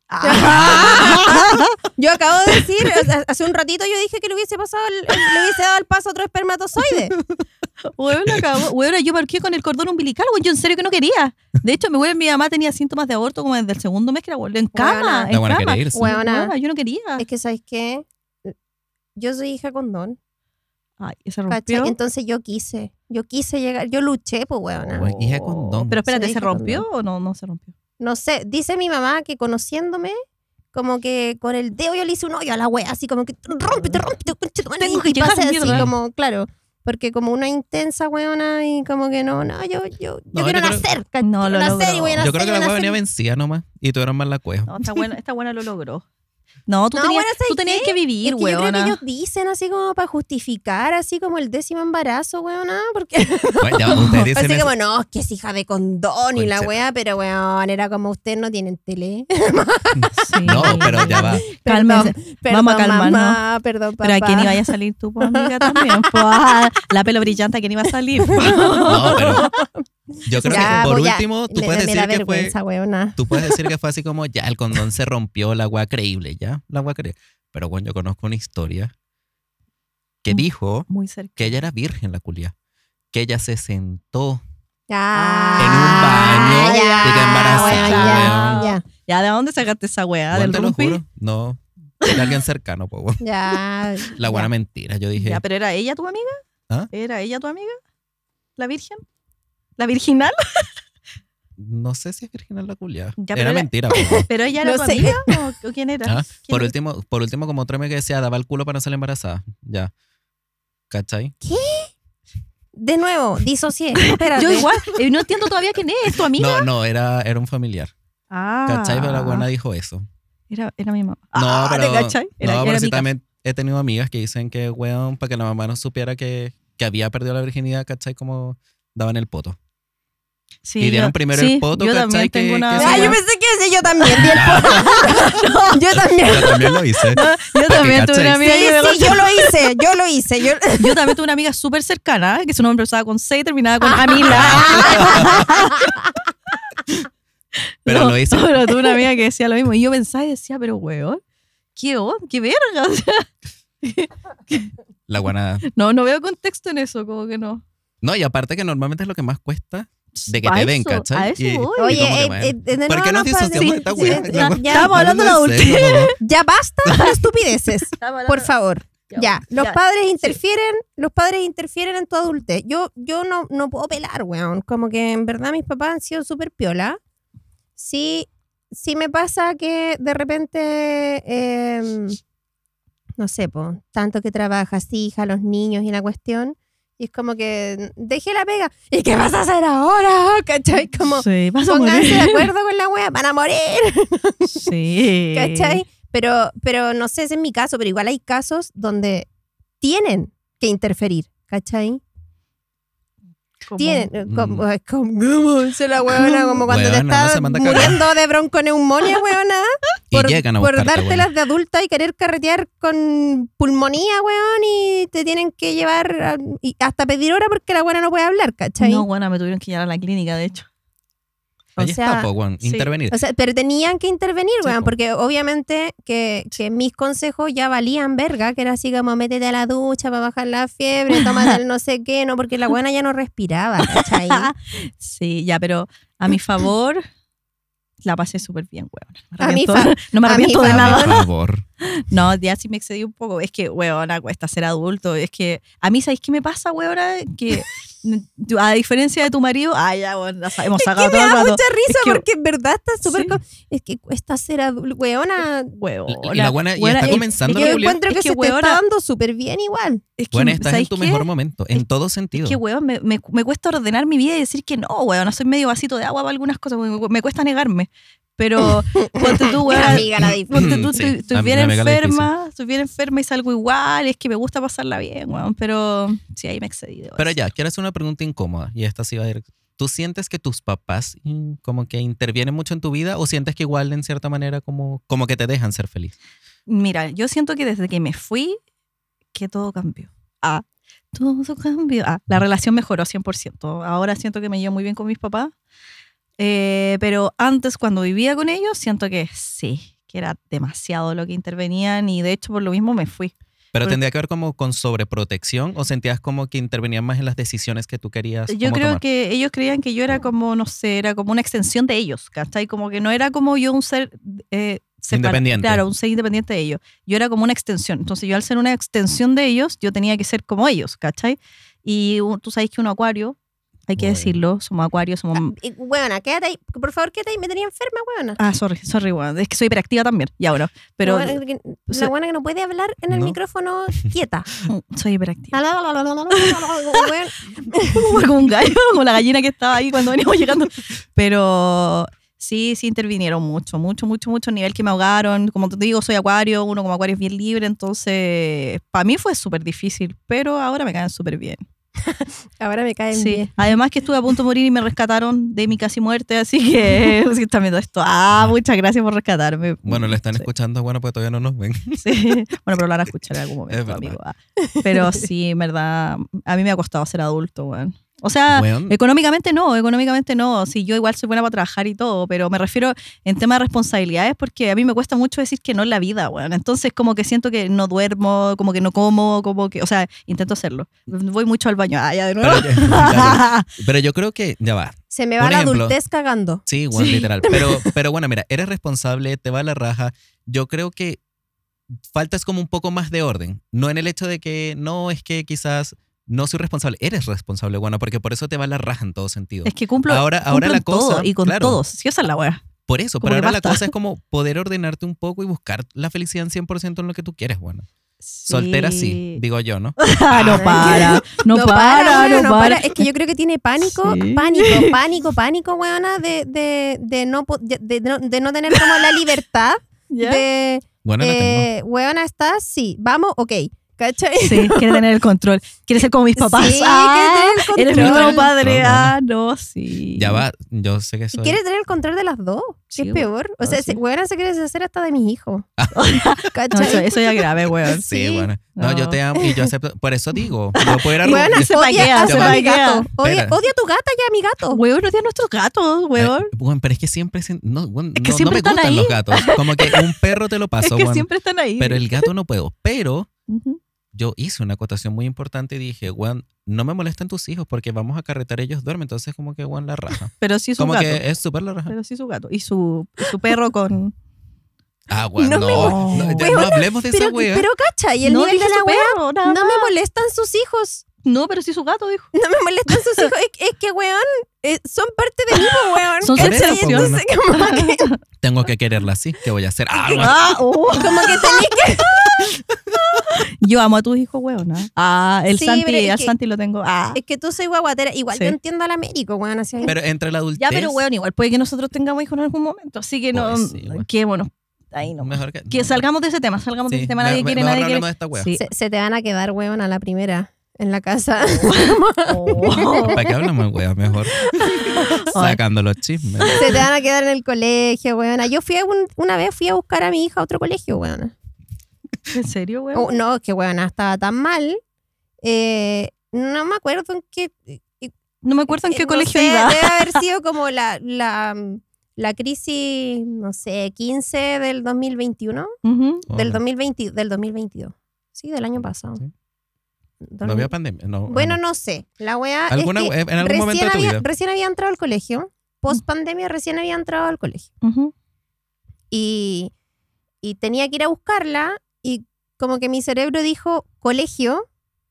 S4: Yo acabo de decir, hace un ratito yo dije que le hubiese dado el paso a otro espermatozoide.
S3: Huevona, cagó. Huevona, yo marqué con el cordón umbilical, weón. Yo en serio que no quería. De hecho, mi mamá tenía síntomas de aborto como desde el segundo mes que la volvió en cama.
S4: Huevona.
S3: En
S5: La buena
S3: cama.
S5: quería irse.
S4: Huevona.
S3: Huevona, yo no quería.
S4: Es que, ¿sabes qué? Yo soy hija con don,
S3: Ay, se
S4: ¿cachai?
S3: rompió.
S4: Entonces yo quise llegar, yo luché, pues, weona.
S5: Weón, hija con don.
S3: Pero espérate,
S4: Soy
S3: ¿se
S4: hija con
S3: rompió o no se rompió?
S4: No sé, dice mi mamá que conociéndome, como que con el dedo yo le hice un hoyo a la wea, así como que rómpete, concha tu madre,
S3: Tengo que
S4: y
S3: llegar,
S4: pasé así,
S3: mierda.
S4: como, claro, porque como una intensa weona y como que no, yo
S5: No,
S4: quiero
S5: yo creo-
S4: nacer,
S3: No,
S4: quiero
S3: lo
S4: nacer
S3: logró.
S4: y voy a nacer.
S5: Yo creo que
S4: y voy
S5: la
S4: a
S5: weá venía
S4: nacer.
S5: vencida nomás y tú eras más la cueva.
S3: No, esta buena lo logró. No, tú
S4: No,
S3: tenías,
S4: bueno, ¿sabes
S3: tú tenías
S4: qué?
S3: que vivir,
S4: Es que yo creo que
S3: weona.
S4: ellos dicen así como para justificar, así como el 10º embarazo, weona, porque
S5: Bueno, ya, ustedes dicen
S4: así
S5: eso.
S4: como, no, es que es hija de condón y la
S5: Concha.
S4: wea, pero weón, era como ustedes no tienen tele.
S3: Sí.
S5: No, pero ya va.
S3: Cálmese.
S4: Perdón,
S3: Vamos a calmarnos.
S4: mamá, perdón, papá.
S3: Pero ¿a quién iba a salir tú, pues, amiga, también? Pues, ah, la pelo brillante, ¿a quién iba a salir?
S5: No, pero yo creo
S4: Ya,
S5: que por
S4: pues, ya.
S5: último tú
S4: Me
S5: puedes
S4: da
S5: decir que fue
S4: vergüenza, weona.
S5: tú puedes decir que fue así como ya el condón se rompió, la weá creíble, ya, la weá creíble. Pero bueno, yo conozco una historia que dijo
S3: Muy cerca.
S5: que ella era virgen, la culia. Que ella se sentó
S4: Ya.
S5: en un baño
S4: ya,
S5: y que embarazada,
S4: weón,
S5: weón.
S4: ya,
S3: ¿Ya de dónde sacaste esa weá?
S5: Weón,
S3: ¿Del
S5: te lo
S3: rumpi?
S5: juro. No, de alguien cercano, pues, weón.
S4: ya.
S5: La buena
S4: ya.
S5: mentira. Yo dije,
S3: Ya, pero ¿era ella tu amiga?
S5: ¿Ah?
S3: ¿Era ella tu amiga? ¿La virgen? ¿La virginal?
S5: no sé si es virginal la culia.
S3: Ya, pero
S5: Era
S3: era-
S5: mentira, pues, weón.
S3: ¿Pero ella era
S4: No
S3: tu
S4: sé.
S3: amiga o quién era?
S5: Ah,
S3: ¿Quién
S5: Por
S3: era?
S5: último, como otra amiga que decía, daba el culo para no salir embarazada. Ya. ¿Cachai?
S4: De nuevo, disocié. Espérate.
S3: Yo igual, no entiendo todavía quién es, ¿tu amiga?
S5: No, era un familiar.
S3: Ah.
S5: ¿Cachai? Pero la buena dijo eso.
S3: Era mi mamá.
S5: No,
S3: Ah,
S5: pero,
S3: ¿te cachai? Era,
S5: no,
S3: era
S5: pero sí
S3: mi casa.
S5: también he tenido amigas que dicen que, weón, para que la mamá no supiera que había perdido la virginidad, ¿cachai? Como daban el poto.
S3: Sí,
S5: y dieron
S3: yo-
S5: primero
S3: sí,
S5: el poto,
S3: yo
S5: ¿cachai?
S3: también tengo
S5: Que-
S3: una...
S5: que
S4: Ah,
S5: se-
S4: yo pensé que ese yo también. Vi el po- yo también.
S5: Yo también lo hice.
S3: Yo también tuve
S5: ¿cachai?
S3: una amiga
S4: Sí,
S3: que me
S4: sí, yo lo hice.
S3: Yo también tuve una amiga súper cercana, que su nombre empezaba con C y terminaba con Amila.
S5: Pero
S3: No,
S5: lo hice.
S3: Pero tuve una amiga que decía lo mismo. Y yo pensaba y decía, pero weón, qué verga. O sea,
S5: La buena.
S3: no veo contexto en eso, como que no.
S5: No, y aparte que normalmente es lo que más cuesta de que
S3: A
S5: te den,
S3: eso,
S5: ¿cachai?
S3: a eso
S5: Y-
S3: voy.
S5: y
S4: Oye,
S5: como que, bueno,
S4: de
S5: ¿por
S4: nuevo
S5: qué nos
S4: no pasa-
S5: disociamos de
S4: sí,
S5: esta
S4: sí,
S5: weá?
S4: sí,
S5: Ya,
S3: Estábamos hablando de
S5: hablando en
S3: adultez.
S5: serio,
S4: Ya basta de estupideces. Por favor. Ya, los padres interfieren en tu adultez. Yo no puedo pelar, weón. Como que en verdad mis papás han sido súper piola. Sí me pasa que de repente, no sé, po, tanto que trabajas, hija, los niños y la cuestión, y es como que dejé la pega. ¿Y qué vas a hacer ahora? ¿Cachai? Como
S3: Sí, vas a
S4: pónganse de
S3: morir.
S4: acuerdo con la wea, van a morir.
S3: Sí.
S4: ¿Cachai? Pero no sé, ese es mi caso, pero igual hay casos donde tienen que interferir, ¿cachai? ¿Cómo se la huevona? Como cuando te
S5: Huevona, no
S4: estás
S5: se manda a cagar.
S4: muriendo de bronconeumonía, huevona.
S5: Y llegan a
S4: por
S5: buscarte,
S4: dártelas
S5: weón.
S4: de adulta y querer carretear con pulmonía, weón, y te tienen que llevar y hasta pedir hora porque la buena no puede hablar, ¿cachai?
S3: No, bueno, me tuvieron que llevar a la clínica, de hecho.
S5: Ahí
S4: o sea,
S5: está, po, weón,
S3: sí.
S5: intervenir.
S4: O sea, pero tenían que intervenir,
S5: Sí,
S4: weón,
S5: po.
S4: porque obviamente que mis consejos ya valían verga, que era así como métete a la ducha para bajar la fiebre, tómate el no sé qué, no, porque la buena ya no respiraba, ¿cachai?
S3: Sí, ya, pero a mi favor, la pasé súper bien, weón.
S4: A mi
S3: No me
S4: a mi
S3: arrepiento de
S4: favor.
S3: nada.
S5: Por favor.
S3: No, ya sí me excedí un poco. Es que, weona, cuesta ser adulto. Es que, a mí, ¿sabéis qué me pasa, weona? Que, a diferencia de tu marido, ya, bueno, hemos sacado
S4: Que me
S3: todo el
S4: da
S3: rato.
S4: mucha risa
S3: Es que-
S4: porque en verdad está súper...
S3: Sí.
S4: Es que cuesta ser adulto, weona.
S5: Y la buena ya está comenzando
S4: Yo
S5: la Julia.
S4: encuentro que
S3: es que,
S4: se te
S3: weona,
S4: está dando súper bien igual.
S3: Es que,
S5: Bueno, estás en
S3: ¿sabéis
S5: tu
S3: qué?
S5: mejor momento, en todo sentido.
S3: Es que, weón, me cuesta ordenar mi vida y decir que no, weón, soy medio vasito de agua para algunas cosas, me cuesta negarme. Pero ponte tú, weón,
S4: Amiga, la
S3: ponte tú,
S5: Sí,
S3: estoy
S5: a mí
S3: bien
S5: me mega la
S3: enferma y salgo igual, es que me gusta pasarla bien, weón, pero sí, ahí me excedí. debo
S5: Pero
S3: decir.
S5: ya, quiero hacer una pregunta incómoda y esta sí va a ir. ¿Tú sientes que tus papás como que intervienen mucho en tu vida o sientes que igual en cierta manera como que te dejan ser feliz?
S3: Mira, yo siento que desde que me fui, que todo cambió. Todo cambió. La relación mejoró 100%. Ahora siento que me llevo muy bien con mis papás. Pero antes, cuando vivía con ellos, siento que sí, que era demasiado lo que intervenían y de hecho por lo mismo me fui.
S5: ¿Pero
S3: Por-
S5: tendría que ver como con sobreprotección o sentías como que intervenían más en las decisiones que tú querías
S3: Yo
S5: como
S3: creo
S5: tomar?
S3: que ellos creían que yo era como, no sé, era como una extensión de ellos, ¿cachai? Como que no era como yo un ser...
S5: Independiente.
S3: Claro, un ser independiente de ellos. Yo era como una extensión. Entonces yo al ser una extensión de ellos, yo tenía que ser como ellos, ¿cachai? Y tú sabes que un acuario, hay que
S5: Bueno.
S3: decirlo, somos acuarios, somos...
S4: Weona, quédate ahí. Por favor, quédate ahí. Me tenía enferma, weona.
S3: Sorry, bueno, es que soy hiperactiva también, ya bueno, pero
S4: La buena que no puede hablar en el
S5: No.
S4: micrófono quieta.
S3: soy hiperactiva.
S4: Weón,
S3: Como un gallo, como la gallina que estaba ahí cuando veníamos llegando. Pero sí intervinieron mucho, nivel que me ahogaron. Como te digo, soy acuario, uno como acuario es bien libre, entonces para mí fue súper difícil, pero ahora me caen súper bien.
S4: Ahora me caen
S3: Sí.
S4: bien.
S3: Además que estuve a punto de morir y me rescataron de mi casi muerte, así que si están viendo esto, muchas gracias por rescatarme.
S5: Bueno, le están
S3: Sí.
S5: escuchando, bueno, pues todavía no nos ven.
S3: Sí. Bueno, pero lo van a escuchar en algún momento,
S5: Es verdad.
S3: amigo. Pero sí, en verdad, a mí me ha costado ser adulto, weón. O sea,
S5: Weón.
S3: económicamente no. Sí, yo igual soy buena para trabajar y todo, pero me refiero en tema de responsabilidades porque a mí me cuesta mucho decir que no en la vida, weón. Entonces como que siento que no duermo, como que no como, como que, o sea, intento hacerlo. Voy mucho al baño. Ya de nuevo.
S5: Pero yo creo que, ya va.
S4: Se me va
S5: Un
S4: la
S5: ejemplo.
S4: adultez cagando.
S5: Sí, bueno, literal. Pero bueno, mira, eres responsable, te va la raja. Yo creo que faltas como un poco más de orden. No en el hecho de que no es que quizás no soy responsable. Eres responsable, bueno, porque por eso te va la raja en todo sentido.
S3: Es que cumplo
S5: Ahora
S3: cumplo
S5: la
S3: en todo
S5: cosa,
S3: y con
S5: claro.
S3: todos. Sí, esa es la weá.
S5: Por eso,
S3: como
S5: pero
S3: que
S5: ahora la
S3: basta.
S5: cosa es como poder ordenarte un poco y buscar la felicidad en 100% en lo que tú quieres, bueno. Soltera sí, digo yo, ¿no?
S3: No para. No para.
S4: Es que yo creo que tiene pánico,
S3: Sí.
S4: pánico, weona, de no tener como la libertad
S3: ¿Ya?
S4: de,
S5: Bueno, la tengo.
S4: weona, ¿estás? Sí, vamos, ok. ¿Cachai?
S3: Sí, quiere tener el control. Quiere ser como mis papás.
S4: Sí, quiere tener el
S3: Eres mi
S4: control.
S3: nuevo padre.
S5: No,
S3: No, sí.
S5: Ya va, yo sé que
S4: Y
S5: soy...
S4: quiere tener el control de las dos,
S3: Sí,
S4: que es peor. O sea,
S3: sí.
S4: weona se quiere deshacer hasta de mis hijos.
S3: No,
S4: ¿Cachai?
S3: eso ya es grave, weón.
S5: Sí,
S4: Sí.
S5: bueno. No,
S3: No.
S5: yo te amo y yo acepto. Por eso digo, yo puedo ir a
S4: Weona,
S3: se paquea,
S4: odia
S3: se
S4: a mi
S3: paquea.
S4: gato. Odia
S5: Espera.
S4: a tu gata y a mi gato.
S3: Weón, no tiene nuestros gatos, weón.
S5: Bueno, pero es que siempre no, bueno,
S3: Es que
S5: no
S3: siempre
S5: me
S3: están
S5: gustan
S3: ahí.
S5: los gatos. Como que un perro te lo
S3: Es
S5: paso,
S3: que
S5: bueno,
S3: siempre están ahí.
S5: pero el gato no puedo. Pero
S3: Ujú.
S5: yo hice una acotación muy importante y dije, Juan, no me molestan tus hijos porque vamos a carretar, ellos duermen. Entonces, como que Juan la raja.
S3: Pero sí su
S5: Como
S3: gato.
S5: que es súper la raja.
S3: Pero sí su gato. Y su perro con...
S5: Juan,
S4: No
S5: no.
S4: me
S5: No, ya no hablemos de esa
S4: Pero,
S5: wea.
S4: pero cacha, y el
S3: no
S4: nivel
S3: dije
S4: de la
S3: su
S4: wea,
S3: perro, nada
S4: no me
S3: más.
S4: molestan sus hijos.
S3: No, pero sí su gato, dijo.
S4: No me molestan sus hijos. Es que, weón, son parte de mí, po, weón.
S3: Son
S5: Por eso,
S4: ¿Cachai?
S5: po,
S4: Entonces, como que,
S5: Tengo que quererla así. ¿Qué voy a hacer?
S4: como que tenés que...
S3: Yo amo a tus hijos, weón. El
S4: Sí, pero
S3: Santi,
S4: es
S3: al
S4: que-
S3: Santi lo tengo.
S4: Es que tú soy guaguatera. Igual
S3: Sí.
S4: yo entiendo al Américo, weón. Así
S5: Pero entre la adultez...
S3: Ya, pero weón, igual puede que nosotros tengamos hijos en algún momento. Así que no,
S5: Pues sí, weón.
S3: quedémonos ahí no.
S5: Mejor que...
S3: Que salgamos de ese tema, salgamos de
S5: Sí,
S3: ese tema. Nadie quiere,
S5: mejor
S3: nadie
S5: no
S3: quiere.
S5: hablemos de esta wea.
S3: Sí.
S4: se te van a quedar, weón, a la primera. en la casa.
S3: Oh.
S5: ¿Para qué hablamos, weá? Mejor sacando los chismes.
S4: Se te van a quedar en el colegio, weona. Yo una vez fui a buscar a mi hija a otro colegio, weona.
S3: ¿En serio, güey?
S4: No, que weona, estaba tan mal. No me acuerdo en qué...
S3: No me acuerdo en qué
S4: no
S3: colegio
S4: sé,
S3: iba.
S4: debe haber sido como la crisis, no sé, 15 del 2021.
S3: Ujú.
S4: Del 2022. Sí, del año pasado.
S5: Sí. No había pandemia. No,
S4: Bueno, no sé. La weá
S5: ¿Alguna-
S4: es que
S5: en algún momento de tu vida?
S4: recién había entrado al colegio. Post pandemia recién había entrado al colegio.
S3: Ujú.
S4: Y tenía que ir a buscarla y como que mi cerebro dijo colegio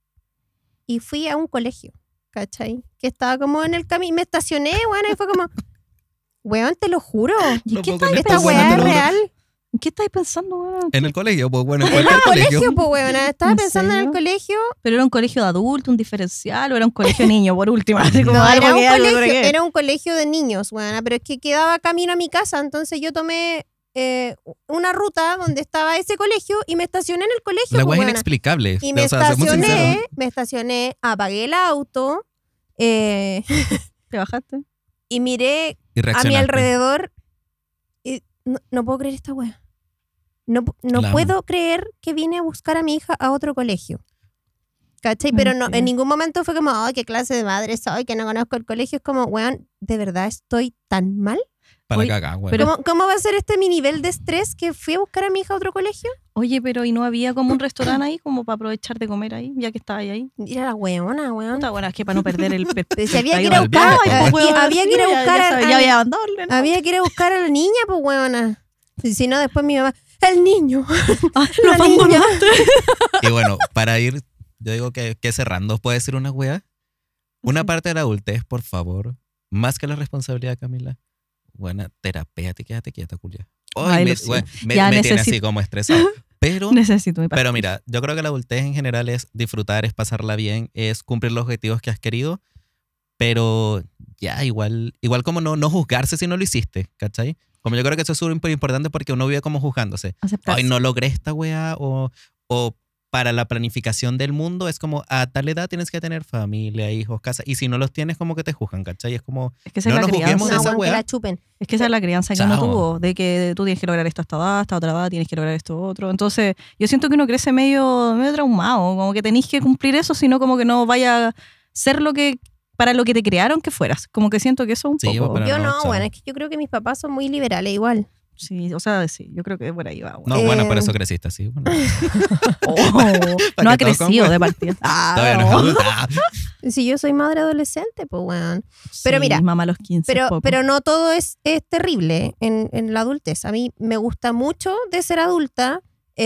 S4: y fui a un colegio, ¿cachai? Que estaba como en el camino. Me estacioné, weón, y fue como, weón, te lo juro.
S3: ¿Y
S5: No
S3: qué
S5: puedo
S3: estáis
S5: con
S4: Esta
S5: esto,
S3: pensando?
S4: weá
S5: weón, te
S4: es
S5: lo juro.
S4: real.
S3: ¿Qué estáis pensando, weón?
S5: En el colegio, pues bueno, en
S4: En el
S5: cualquier colegio.
S4: colegio, pues, weón. Estaba
S3: ¿En
S4: pensando en el
S3: serio?
S4: colegio.
S3: ¿Pero era un colegio de adulto, un diferencial o era un colegio de niño, por último? Así como
S4: No,
S3: algo
S4: era un,
S3: que algo
S4: colegio,
S3: que-
S4: era un colegio de niños, weón. Pero es que quedaba camino a mi casa, entonces yo tomé una ruta donde estaba ese colegio y me estacioné en el colegio,
S5: La
S4: pues,
S5: weá es
S4: weona.
S5: inexplicable.
S4: Y me
S5: O sea, seamos sinceros.
S4: estacioné, apagué el auto
S3: ¿Te bajaste?
S4: y miré
S5: Y
S4: a mi
S5: reaccionaste.
S4: alrededor y no puedo creer esta wea. No
S5: La amo.
S4: puedo creer que vine a buscar a mi hija a otro colegio. ¿Cachai? Pero no,
S3: Mentira.
S4: en ningún momento fue como, ay, qué clase de madre soy, que no conozco el colegio. Es como, weón, ¿de verdad estoy tan mal?
S5: Para
S3: Oye,
S5: la cagada, weón.
S3: pero-
S4: ¿Cómo va a ser este mi nivel de estrés que fui a buscar a mi hija a otro colegio?
S3: Oye, pero ¿y no había como un restaurante ahí como para aprovechar de comer ahí, ya que estaba ahí?
S4: Mira la weona, weón.
S3: Puta, bueno, es que para no perder el
S4: Pero si había que ir a
S5: Al
S4: buscar,
S5: viaje, pues,
S4: había que ir a buscar
S3: ya había abandonado. ¿no?
S4: había que ir a buscar a la niña, pues weona. Si no, después mi mamá, el niño.
S3: Ah,
S4: La
S3: lo abandonaste.
S4: niña.
S5: Y bueno, para ir, yo digo que cerrando, ¿puedo decir una weá? Una parte de la adultez, por favor, más que la responsabilidad, Camila. Buena, terapéate, quédate quieta, Julia.
S3: Ay,
S5: Me,
S3: lo sé.
S5: weón, me
S3: Ya
S5: tiene
S3: necesito-
S5: así como estresado. Pero,
S3: Necesito mi
S5: pero mira, yo creo que la adultez en general es disfrutar, es pasarla bien, es cumplir los objetivos que has querido, pero ya, igual como no juzgarse si no lo hiciste, ¿cachai? Como yo creo que eso es súper importante porque uno vive como juzgándose.
S3: aceptarse.
S5: Ay, no logré esta weá, o para la planificación del mundo es como a tal edad tienes que tener familia, hijos, casa, y si no los tienes como que te juzgan, ¿cachai? Es como,
S3: Es que esa
S5: no
S3: es la
S5: nos juzguemos
S3: crianza.
S5: de esa
S4: weón, que
S5: weá.
S4: la chupen.
S3: Es que esa es la crianza que uno
S5: Chao.
S3: tuvo, de que tú tienes que lograr esto hasta edad, hasta otra edad, tienes que lograr esto otro. Entonces, yo siento que uno crece medio traumado, como que tenés que cumplir eso, sino como que no vaya a ser para lo que te crearon que fueras. Como que siento que eso es un
S5: Sí,
S3: poco...
S5: pero
S4: Yo
S5: no,
S4: no,
S5: chao.
S4: bueno, es que yo creo que mis papás son muy liberales igual.
S3: Sí, o sea, sí, yo creo que por ahí va.
S5: No,
S3: bueno.
S5: bueno, por eso creciste así. Bueno,
S3: Oh,
S5: Para
S3: no ha
S5: que todos
S3: crecido
S5: con-
S3: de partida.
S5: todavía no es adulta.
S4: Si yo soy madre adolescente, pues weón. Pero
S3: Sí,
S4: mira,
S3: mamá a los 15. poco.
S4: Pero no todo es terrible en la adultez. A mí me gusta mucho de ser adulta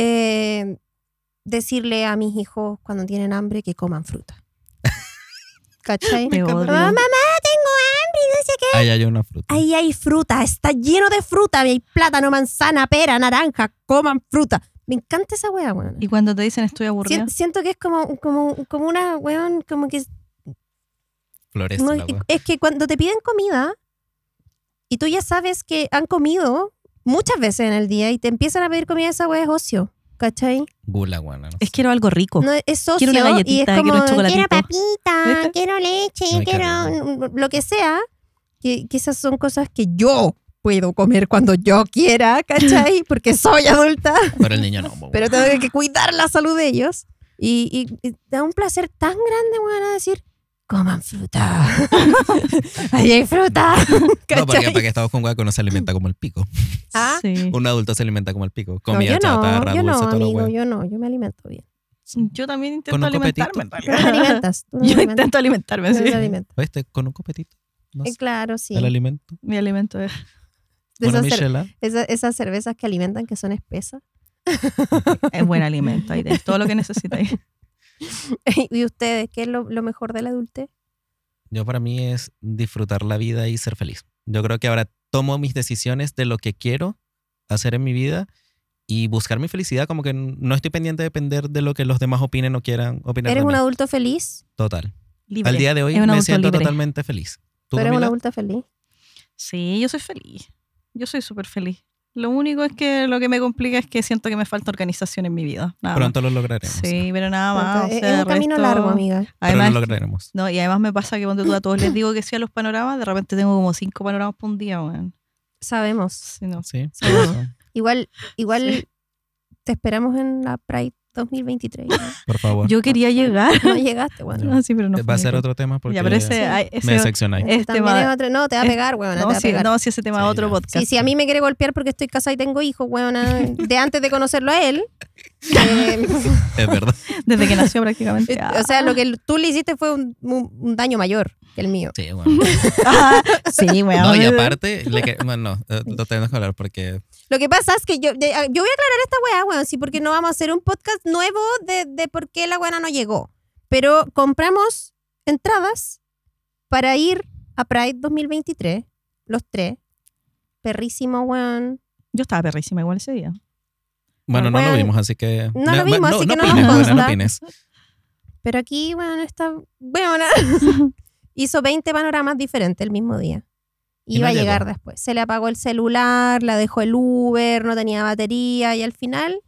S4: decirle a mis hijos cuando tienen hambre que coman fruta. ¿Cachai?
S3: Te odio.
S4: Mamá, tengo hambre y no sé qué.
S5: Ahí hay una fruta.
S4: Ahí hay fruta, está lleno de fruta. Hay plátano, manzana, pera, naranja. Coman fruta. Me encanta esa wea, weón.
S3: Y cuando te dicen estoy aburrida,
S4: Siento que es como una, weón, como que
S5: Florece
S4: no,
S5: la weá.
S4: es que cuando te piden comida y tú ya sabes que han comido muchas veces en el día y te empiezan a pedir comida, esa wea es ocio, ¿cachai?
S5: Gula, weona, no
S3: es
S5: sé.
S3: quiero algo rico.
S4: No, es ocio
S3: Quiero una galletita,
S4: y es
S3: quiero
S4: como,
S3: un chocolatito.
S4: papita,
S3: ¿Viste?
S4: quiero leche,
S5: Ay, qué
S4: quiero lo que sea, que esas son cosas que yo puedo comer cuando yo quiera, ¿cachai? Porque soy adulta,
S5: Pero el niño no. po,
S4: pero tengo que cuidar la salud de ellos. Y da un placer tan grande, weón, a decir, coman fruta. Ahí hay fruta.
S5: No, porque
S4: ¿Cachai?
S5: para que estamos con weá que uno se alimenta como el pico.
S4: Ah,
S3: Sí.
S5: Un adulto se alimenta como el pico.
S4: no,
S5: Comida
S4: yo
S5: chatarra,
S4: no,
S5: dulce, todo lo
S4: amigo,
S5: weá.
S4: yo me alimento bien.
S3: Yo también intento
S5: Con un
S3: alimentarme. en
S4: Tú no te
S3: realidad.
S4: alimentas. Tú no te
S3: Yo
S4: alimentas.
S3: intento alimentarme,
S4: Tú no
S3: sí.
S4: te alimentas.
S5: ¿Viste? Con un copetito. No sé,
S4: Claro, sí.
S5: el alimento.
S3: Mi alimento es...
S4: De
S5: Una
S4: esas,
S5: michelada.
S4: esas cervezas que alimentan que son espesas.
S3: Es buen alimento, ahí tienes todo lo que necesitáis.
S4: ¿Y ustedes qué es lo mejor de la adultez?
S5: Yo para mí es disfrutar la vida y ser feliz. Yo creo que ahora tomo mis decisiones de lo que quiero hacer en mi vida y buscar mi felicidad, como que no estoy pendiente de depender de lo que los demás opinen o quieran opinar
S4: ¿Eres
S5: de
S4: un
S5: mí.
S4: adulto feliz?
S5: Total.
S3: Libre.
S5: Al día de hoy
S3: Es un
S5: me
S3: adulto
S5: siento
S3: libre.
S5: totalmente feliz. ¿Tú,
S4: ¿Tú eres un
S5: Camila?
S4: adulto feliz?
S3: Sí, yo soy feliz. Yo soy súper feliz. Lo único es que lo que me complica es que siento que me falta organización en mi vida. Nada
S5: Pronto lo lograremos.
S3: más. Sí, pero nada más. O
S4: Es
S3: sea,
S4: un camino
S3: resto-
S4: largo, amiga.
S5: Pero
S3: Además,
S5: lo lograremos.
S3: no, y además me pasa que cuando tú a todos les digo que sí a los panoramas, de repente tengo como 5 panoramas por un día, weón.
S4: Sabemos.
S3: Sí, no.
S5: Sí.
S3: Sí.
S4: Igual
S3: Sí.
S4: te esperamos en la Pride 2023. ¿no?
S5: Por favor.
S3: Yo quería llegar.
S4: No llegaste, weón.
S5: Ya.
S3: Ah, sí, pero no
S5: Va
S3: fue
S5: a
S3: mi
S5: ser
S3: culpa.
S5: otro tema porque
S3: Ya, pero ese,
S4: Sí.
S3: ay,
S5: me
S3: ese
S5: decepcionáis.
S3: es
S4: También
S3: tema-
S4: es otro, no, te va a
S3: es-
S4: pegar, weón. te va
S3: no,
S4: a
S3: sí,
S4: pegar.
S3: no, si ese tema es
S5: Sí,
S3: otro
S5: ya.
S3: podcast.
S4: Sí, si a mí me quiere golpear porque estoy casada y tengo hijos, weón, de antes de conocerlo a él.
S5: Es verdad.
S3: Desde que nació prácticamente.
S4: O sea, lo que tú le hiciste fue un daño mayor que el mío.
S5: Sí, bueno.
S3: Ah, sí, weón.
S5: No, y aparte, bueno, no, lo tenemos que hablar porque
S4: Lo que pasa es que yo voy a aclarar esta weá, weón, sí, porque no vamos a hacer un podcast nuevo de por qué la weá no llegó. Pero compramos entradas para ir a Pride 2023, los tres. Perrísimo, weón.
S3: Yo estaba perrísima igual ese día.
S5: bueno, no
S4: Bueno,
S5: lo vimos, así que
S4: no lo vimos, así que no nos
S5: opines,
S4: consta.
S5: no opines.
S4: Pero aquí, weón, está... Weón, hizo 20 panoramas diferentes el mismo día.
S5: Y
S4: Iba
S5: no
S4: a llegar
S5: llegó.
S4: después. Se le apagó el celular, la dejó el Uber, no tenía batería y al final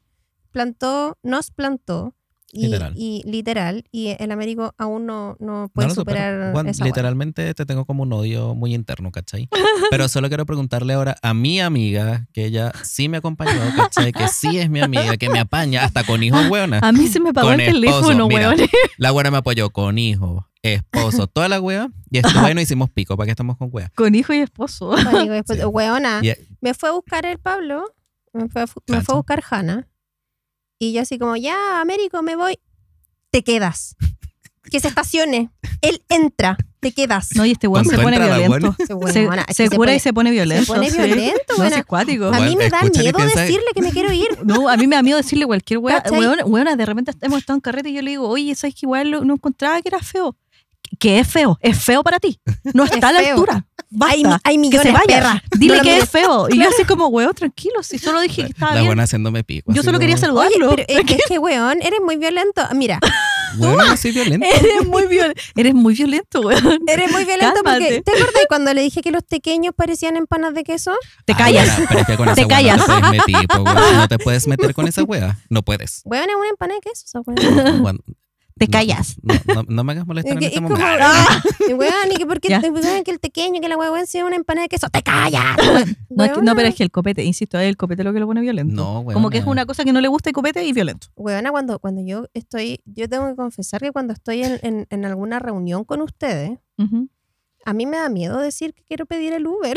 S4: nos plantó.
S5: Literal.
S4: Y el Américo aún no
S5: No
S4: puede
S5: lo supero.
S4: superar
S5: Juan,
S4: esa weá.
S5: literalmente te tengo como un odio muy interno, ¿cachai? Pero solo quiero preguntarle ahora a mi amiga, que ella sí me acompañó, ¿cachai? Que sí es mi amiga, que me apaña hasta con hijos, weona.
S3: A mí se me apagó
S5: Con
S3: el
S5: esposo,
S3: teléfono,
S5: mira.
S3: weón.
S5: La weona me apoyó con hijos, esposo, toda la wea. Y esto no hicimos pico, ¿para qué estamos con wea?
S3: Con hijo y esposo.
S4: Américo, después,
S5: Sí.
S4: weona,
S5: Y-
S4: me fue a buscar el Pablo, me fue
S5: Cacha.
S4: a buscar Hanna. Y yo así como, ya, Américo, me voy. Te quedas. Que se estacione. Él entra, te quedas.
S3: No, y este weón
S5: Con
S3: se
S5: tu
S3: pone
S5: entrada,
S3: violento.
S4: Ese
S3: Se,
S4: weona, es
S3: se
S4: que
S3: cura
S4: pone-
S3: y se pone violento.
S4: se pone
S3: sí.
S4: violento,
S3: No,
S4: weona.
S3: sí es cuático.
S4: A mí
S5: Bueno,
S4: me da
S5: escuchan y
S4: miedo
S5: piensan-
S4: decirle que me quiero ir.
S3: No, a mí me da miedo decirle cualquier weá.
S4: ¿Cachai?
S3: Weona, de repente hemos estado en carrete y yo le digo, oye, ¿sabes que igual no encontraba que era feo? Que es feo para ti. No está a la
S4: feo.
S3: altura. Basta.
S4: Hay
S3: Que
S4: millones,
S3: se vaya.
S4: perra.
S3: Dile
S4: No lo
S3: que
S4: mires.
S3: es feo. Y yo así como, weón, tranquilo. Si solo dije que estaba
S5: La
S3: bien.
S5: buena haciéndome pico.
S3: Yo
S5: así
S3: solo quería
S5: como,
S3: saludarlo.
S4: Oye, pero es que, weón, eres muy violento. Mira,
S5: Bueno, no soy violento.
S3: Eres muy violento, weón.
S4: eres muy violento
S3: Cálmate.
S4: porque... ¿Te acuerdas cuando le dije que los pequeños parecían empanas de queso?
S3: Te
S5: Ah,
S3: callas.
S5: buena, pero es que con esa
S3: Te
S5: wea
S3: callas.
S5: No te puedes meter, po, weón. No te puedes meter con esa wea. No puedes.
S4: Weón, es una empana de queso, esa weón.
S5: Juan,
S3: Te
S5: no,
S3: callas.
S5: No me hagas molestar en
S4: Es
S5: este
S4: como,
S5: momento.
S4: weón, y que porque
S3: Ya.
S4: weón, que el pequeño, que la weón sea una empanada de queso, te callas.
S3: No, no, pero es que el copete, insisto, es el copete lo que lo pone violento.
S5: No, weona.
S3: Como que es una cosa que no le gusta el copete y violento.
S4: Weona, cuando yo tengo que confesar que cuando estoy en alguna reunión con ustedes,
S3: Ujú.
S4: a mí me da miedo decir que quiero pedir el Uber.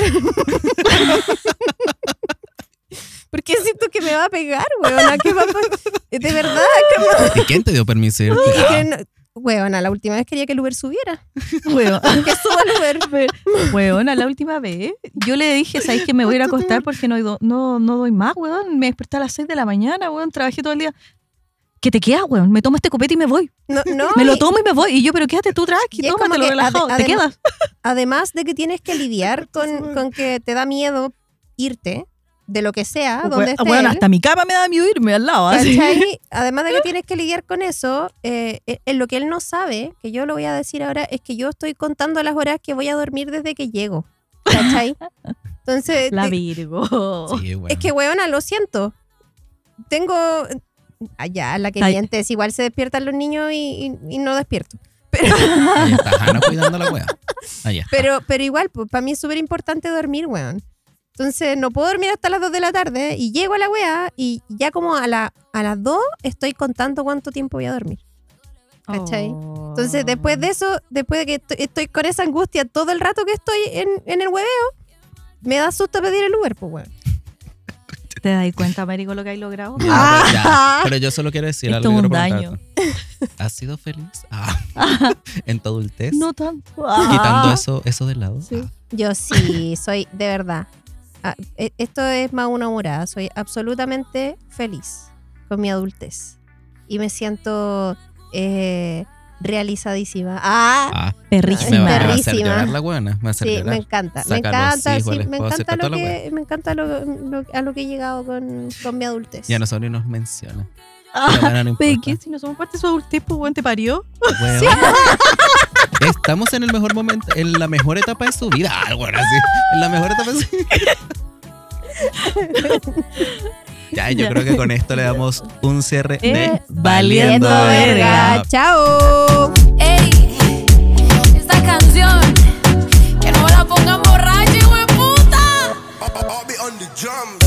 S4: Porque siento que me va a pegar, weona. ¿Qué va a de verdad.
S5: ¿Y quién te dio permiso? de irte?
S4: Que no- weona, la última vez quería que el Uber subiera.
S3: Weón.
S4: Que suba el Uber.
S3: Weona, la última vez yo le dije, ¿sabes que me voy a ir a acostar porque no doy más, weón? Me desperté a las 6 de la mañana, weón, trabajé todo el día. ¿Qué te quedas, weón? Me tomo este copete y me voy.
S4: No,
S3: Me lo
S4: y-
S3: tomo y me voy. Y yo, pero quédate tú tranqui,
S4: Y es como
S3: tómatelo
S4: que
S3: relajado. Te
S4: además-
S3: quedas.
S4: Además de que tienes que lidiar con que te da miedo irte, de lo que sea, donde esté
S3: Weón,
S4: él.
S3: hasta mi cama me da miedo irme al lado. Así.
S4: ¿Cachai? Además de que tienes que lidiar con eso, en lo que él no sabe, que yo lo voy a decir ahora, es que yo estoy contando las horas que voy a dormir desde que llego. ¿Cachai? Entonces,
S3: La Virgo.
S5: Sí, bueno.
S4: es que, weona, lo siento. Tengo... Allá, la que
S3: Ay.
S4: miente es igual se despiertan los niños y no despierto.
S5: Ahí está Hanna cuidando la wea. Ahí está.
S4: Pero igual, pues, para mí es súper importante dormir, weón. Entonces, no puedo dormir hasta las 2 de la tarde y llego a la weá y ya como a las 2 estoy contando cuánto tiempo voy a dormir. ¿Cachai?
S3: Oh.
S4: Entonces, después de eso, después de que estoy con esa angustia todo el rato que estoy en el hueveo, me da susto pedir el Uber, pues, weón.
S3: ¿Te das cuenta, Américo, lo que hay logrado?
S5: Ya, pero, ya. Pero yo solo quiero decir
S3: Esto
S5: algo.
S3: es un
S5: quiero
S3: daño.
S5: preguntarte. ¿Has sido feliz? En tu adultez.
S3: No tanto.
S5: Quitando eso de lado.
S3: Sí.
S4: Yo sí, soy, de verdad. Esto es más una morada. Soy absolutamente feliz con mi adultez. Y me siento realizadísima.
S3: Perrísima.
S5: Me va a hacer
S4: Perrísima.
S5: llorar la buena. Me va a hacer
S4: Sí,
S5: llorar.
S4: me encanta.
S5: Saca
S4: Me
S5: los
S4: encanta,
S5: hijos,
S4: sí,
S5: el
S4: me
S5: esposo,
S4: encanta
S5: toda
S4: lo
S5: la
S4: que, me encanta a lo que he llegado con mi adultez.
S5: Y a nosotros ni nos menciona.
S3: Ah,
S5: La buena no
S3: pero
S5: importa.
S3: ¿qué? Si no somos parte de su adultez, pues, weón, te parió.
S5: Weón. Estamos en el mejor momento, en la mejor etapa de su vida. Ah, bueno, sí. En la mejor etapa de su vida. Ya, yo creo que con esto le damos un cierre de
S3: Valiendo
S4: Valiendo
S3: verga.
S4: verga. Chao.
S2: Ey, esta canción, que no la pongan borracha, hijo de puta.
S6: I'll be on the drums.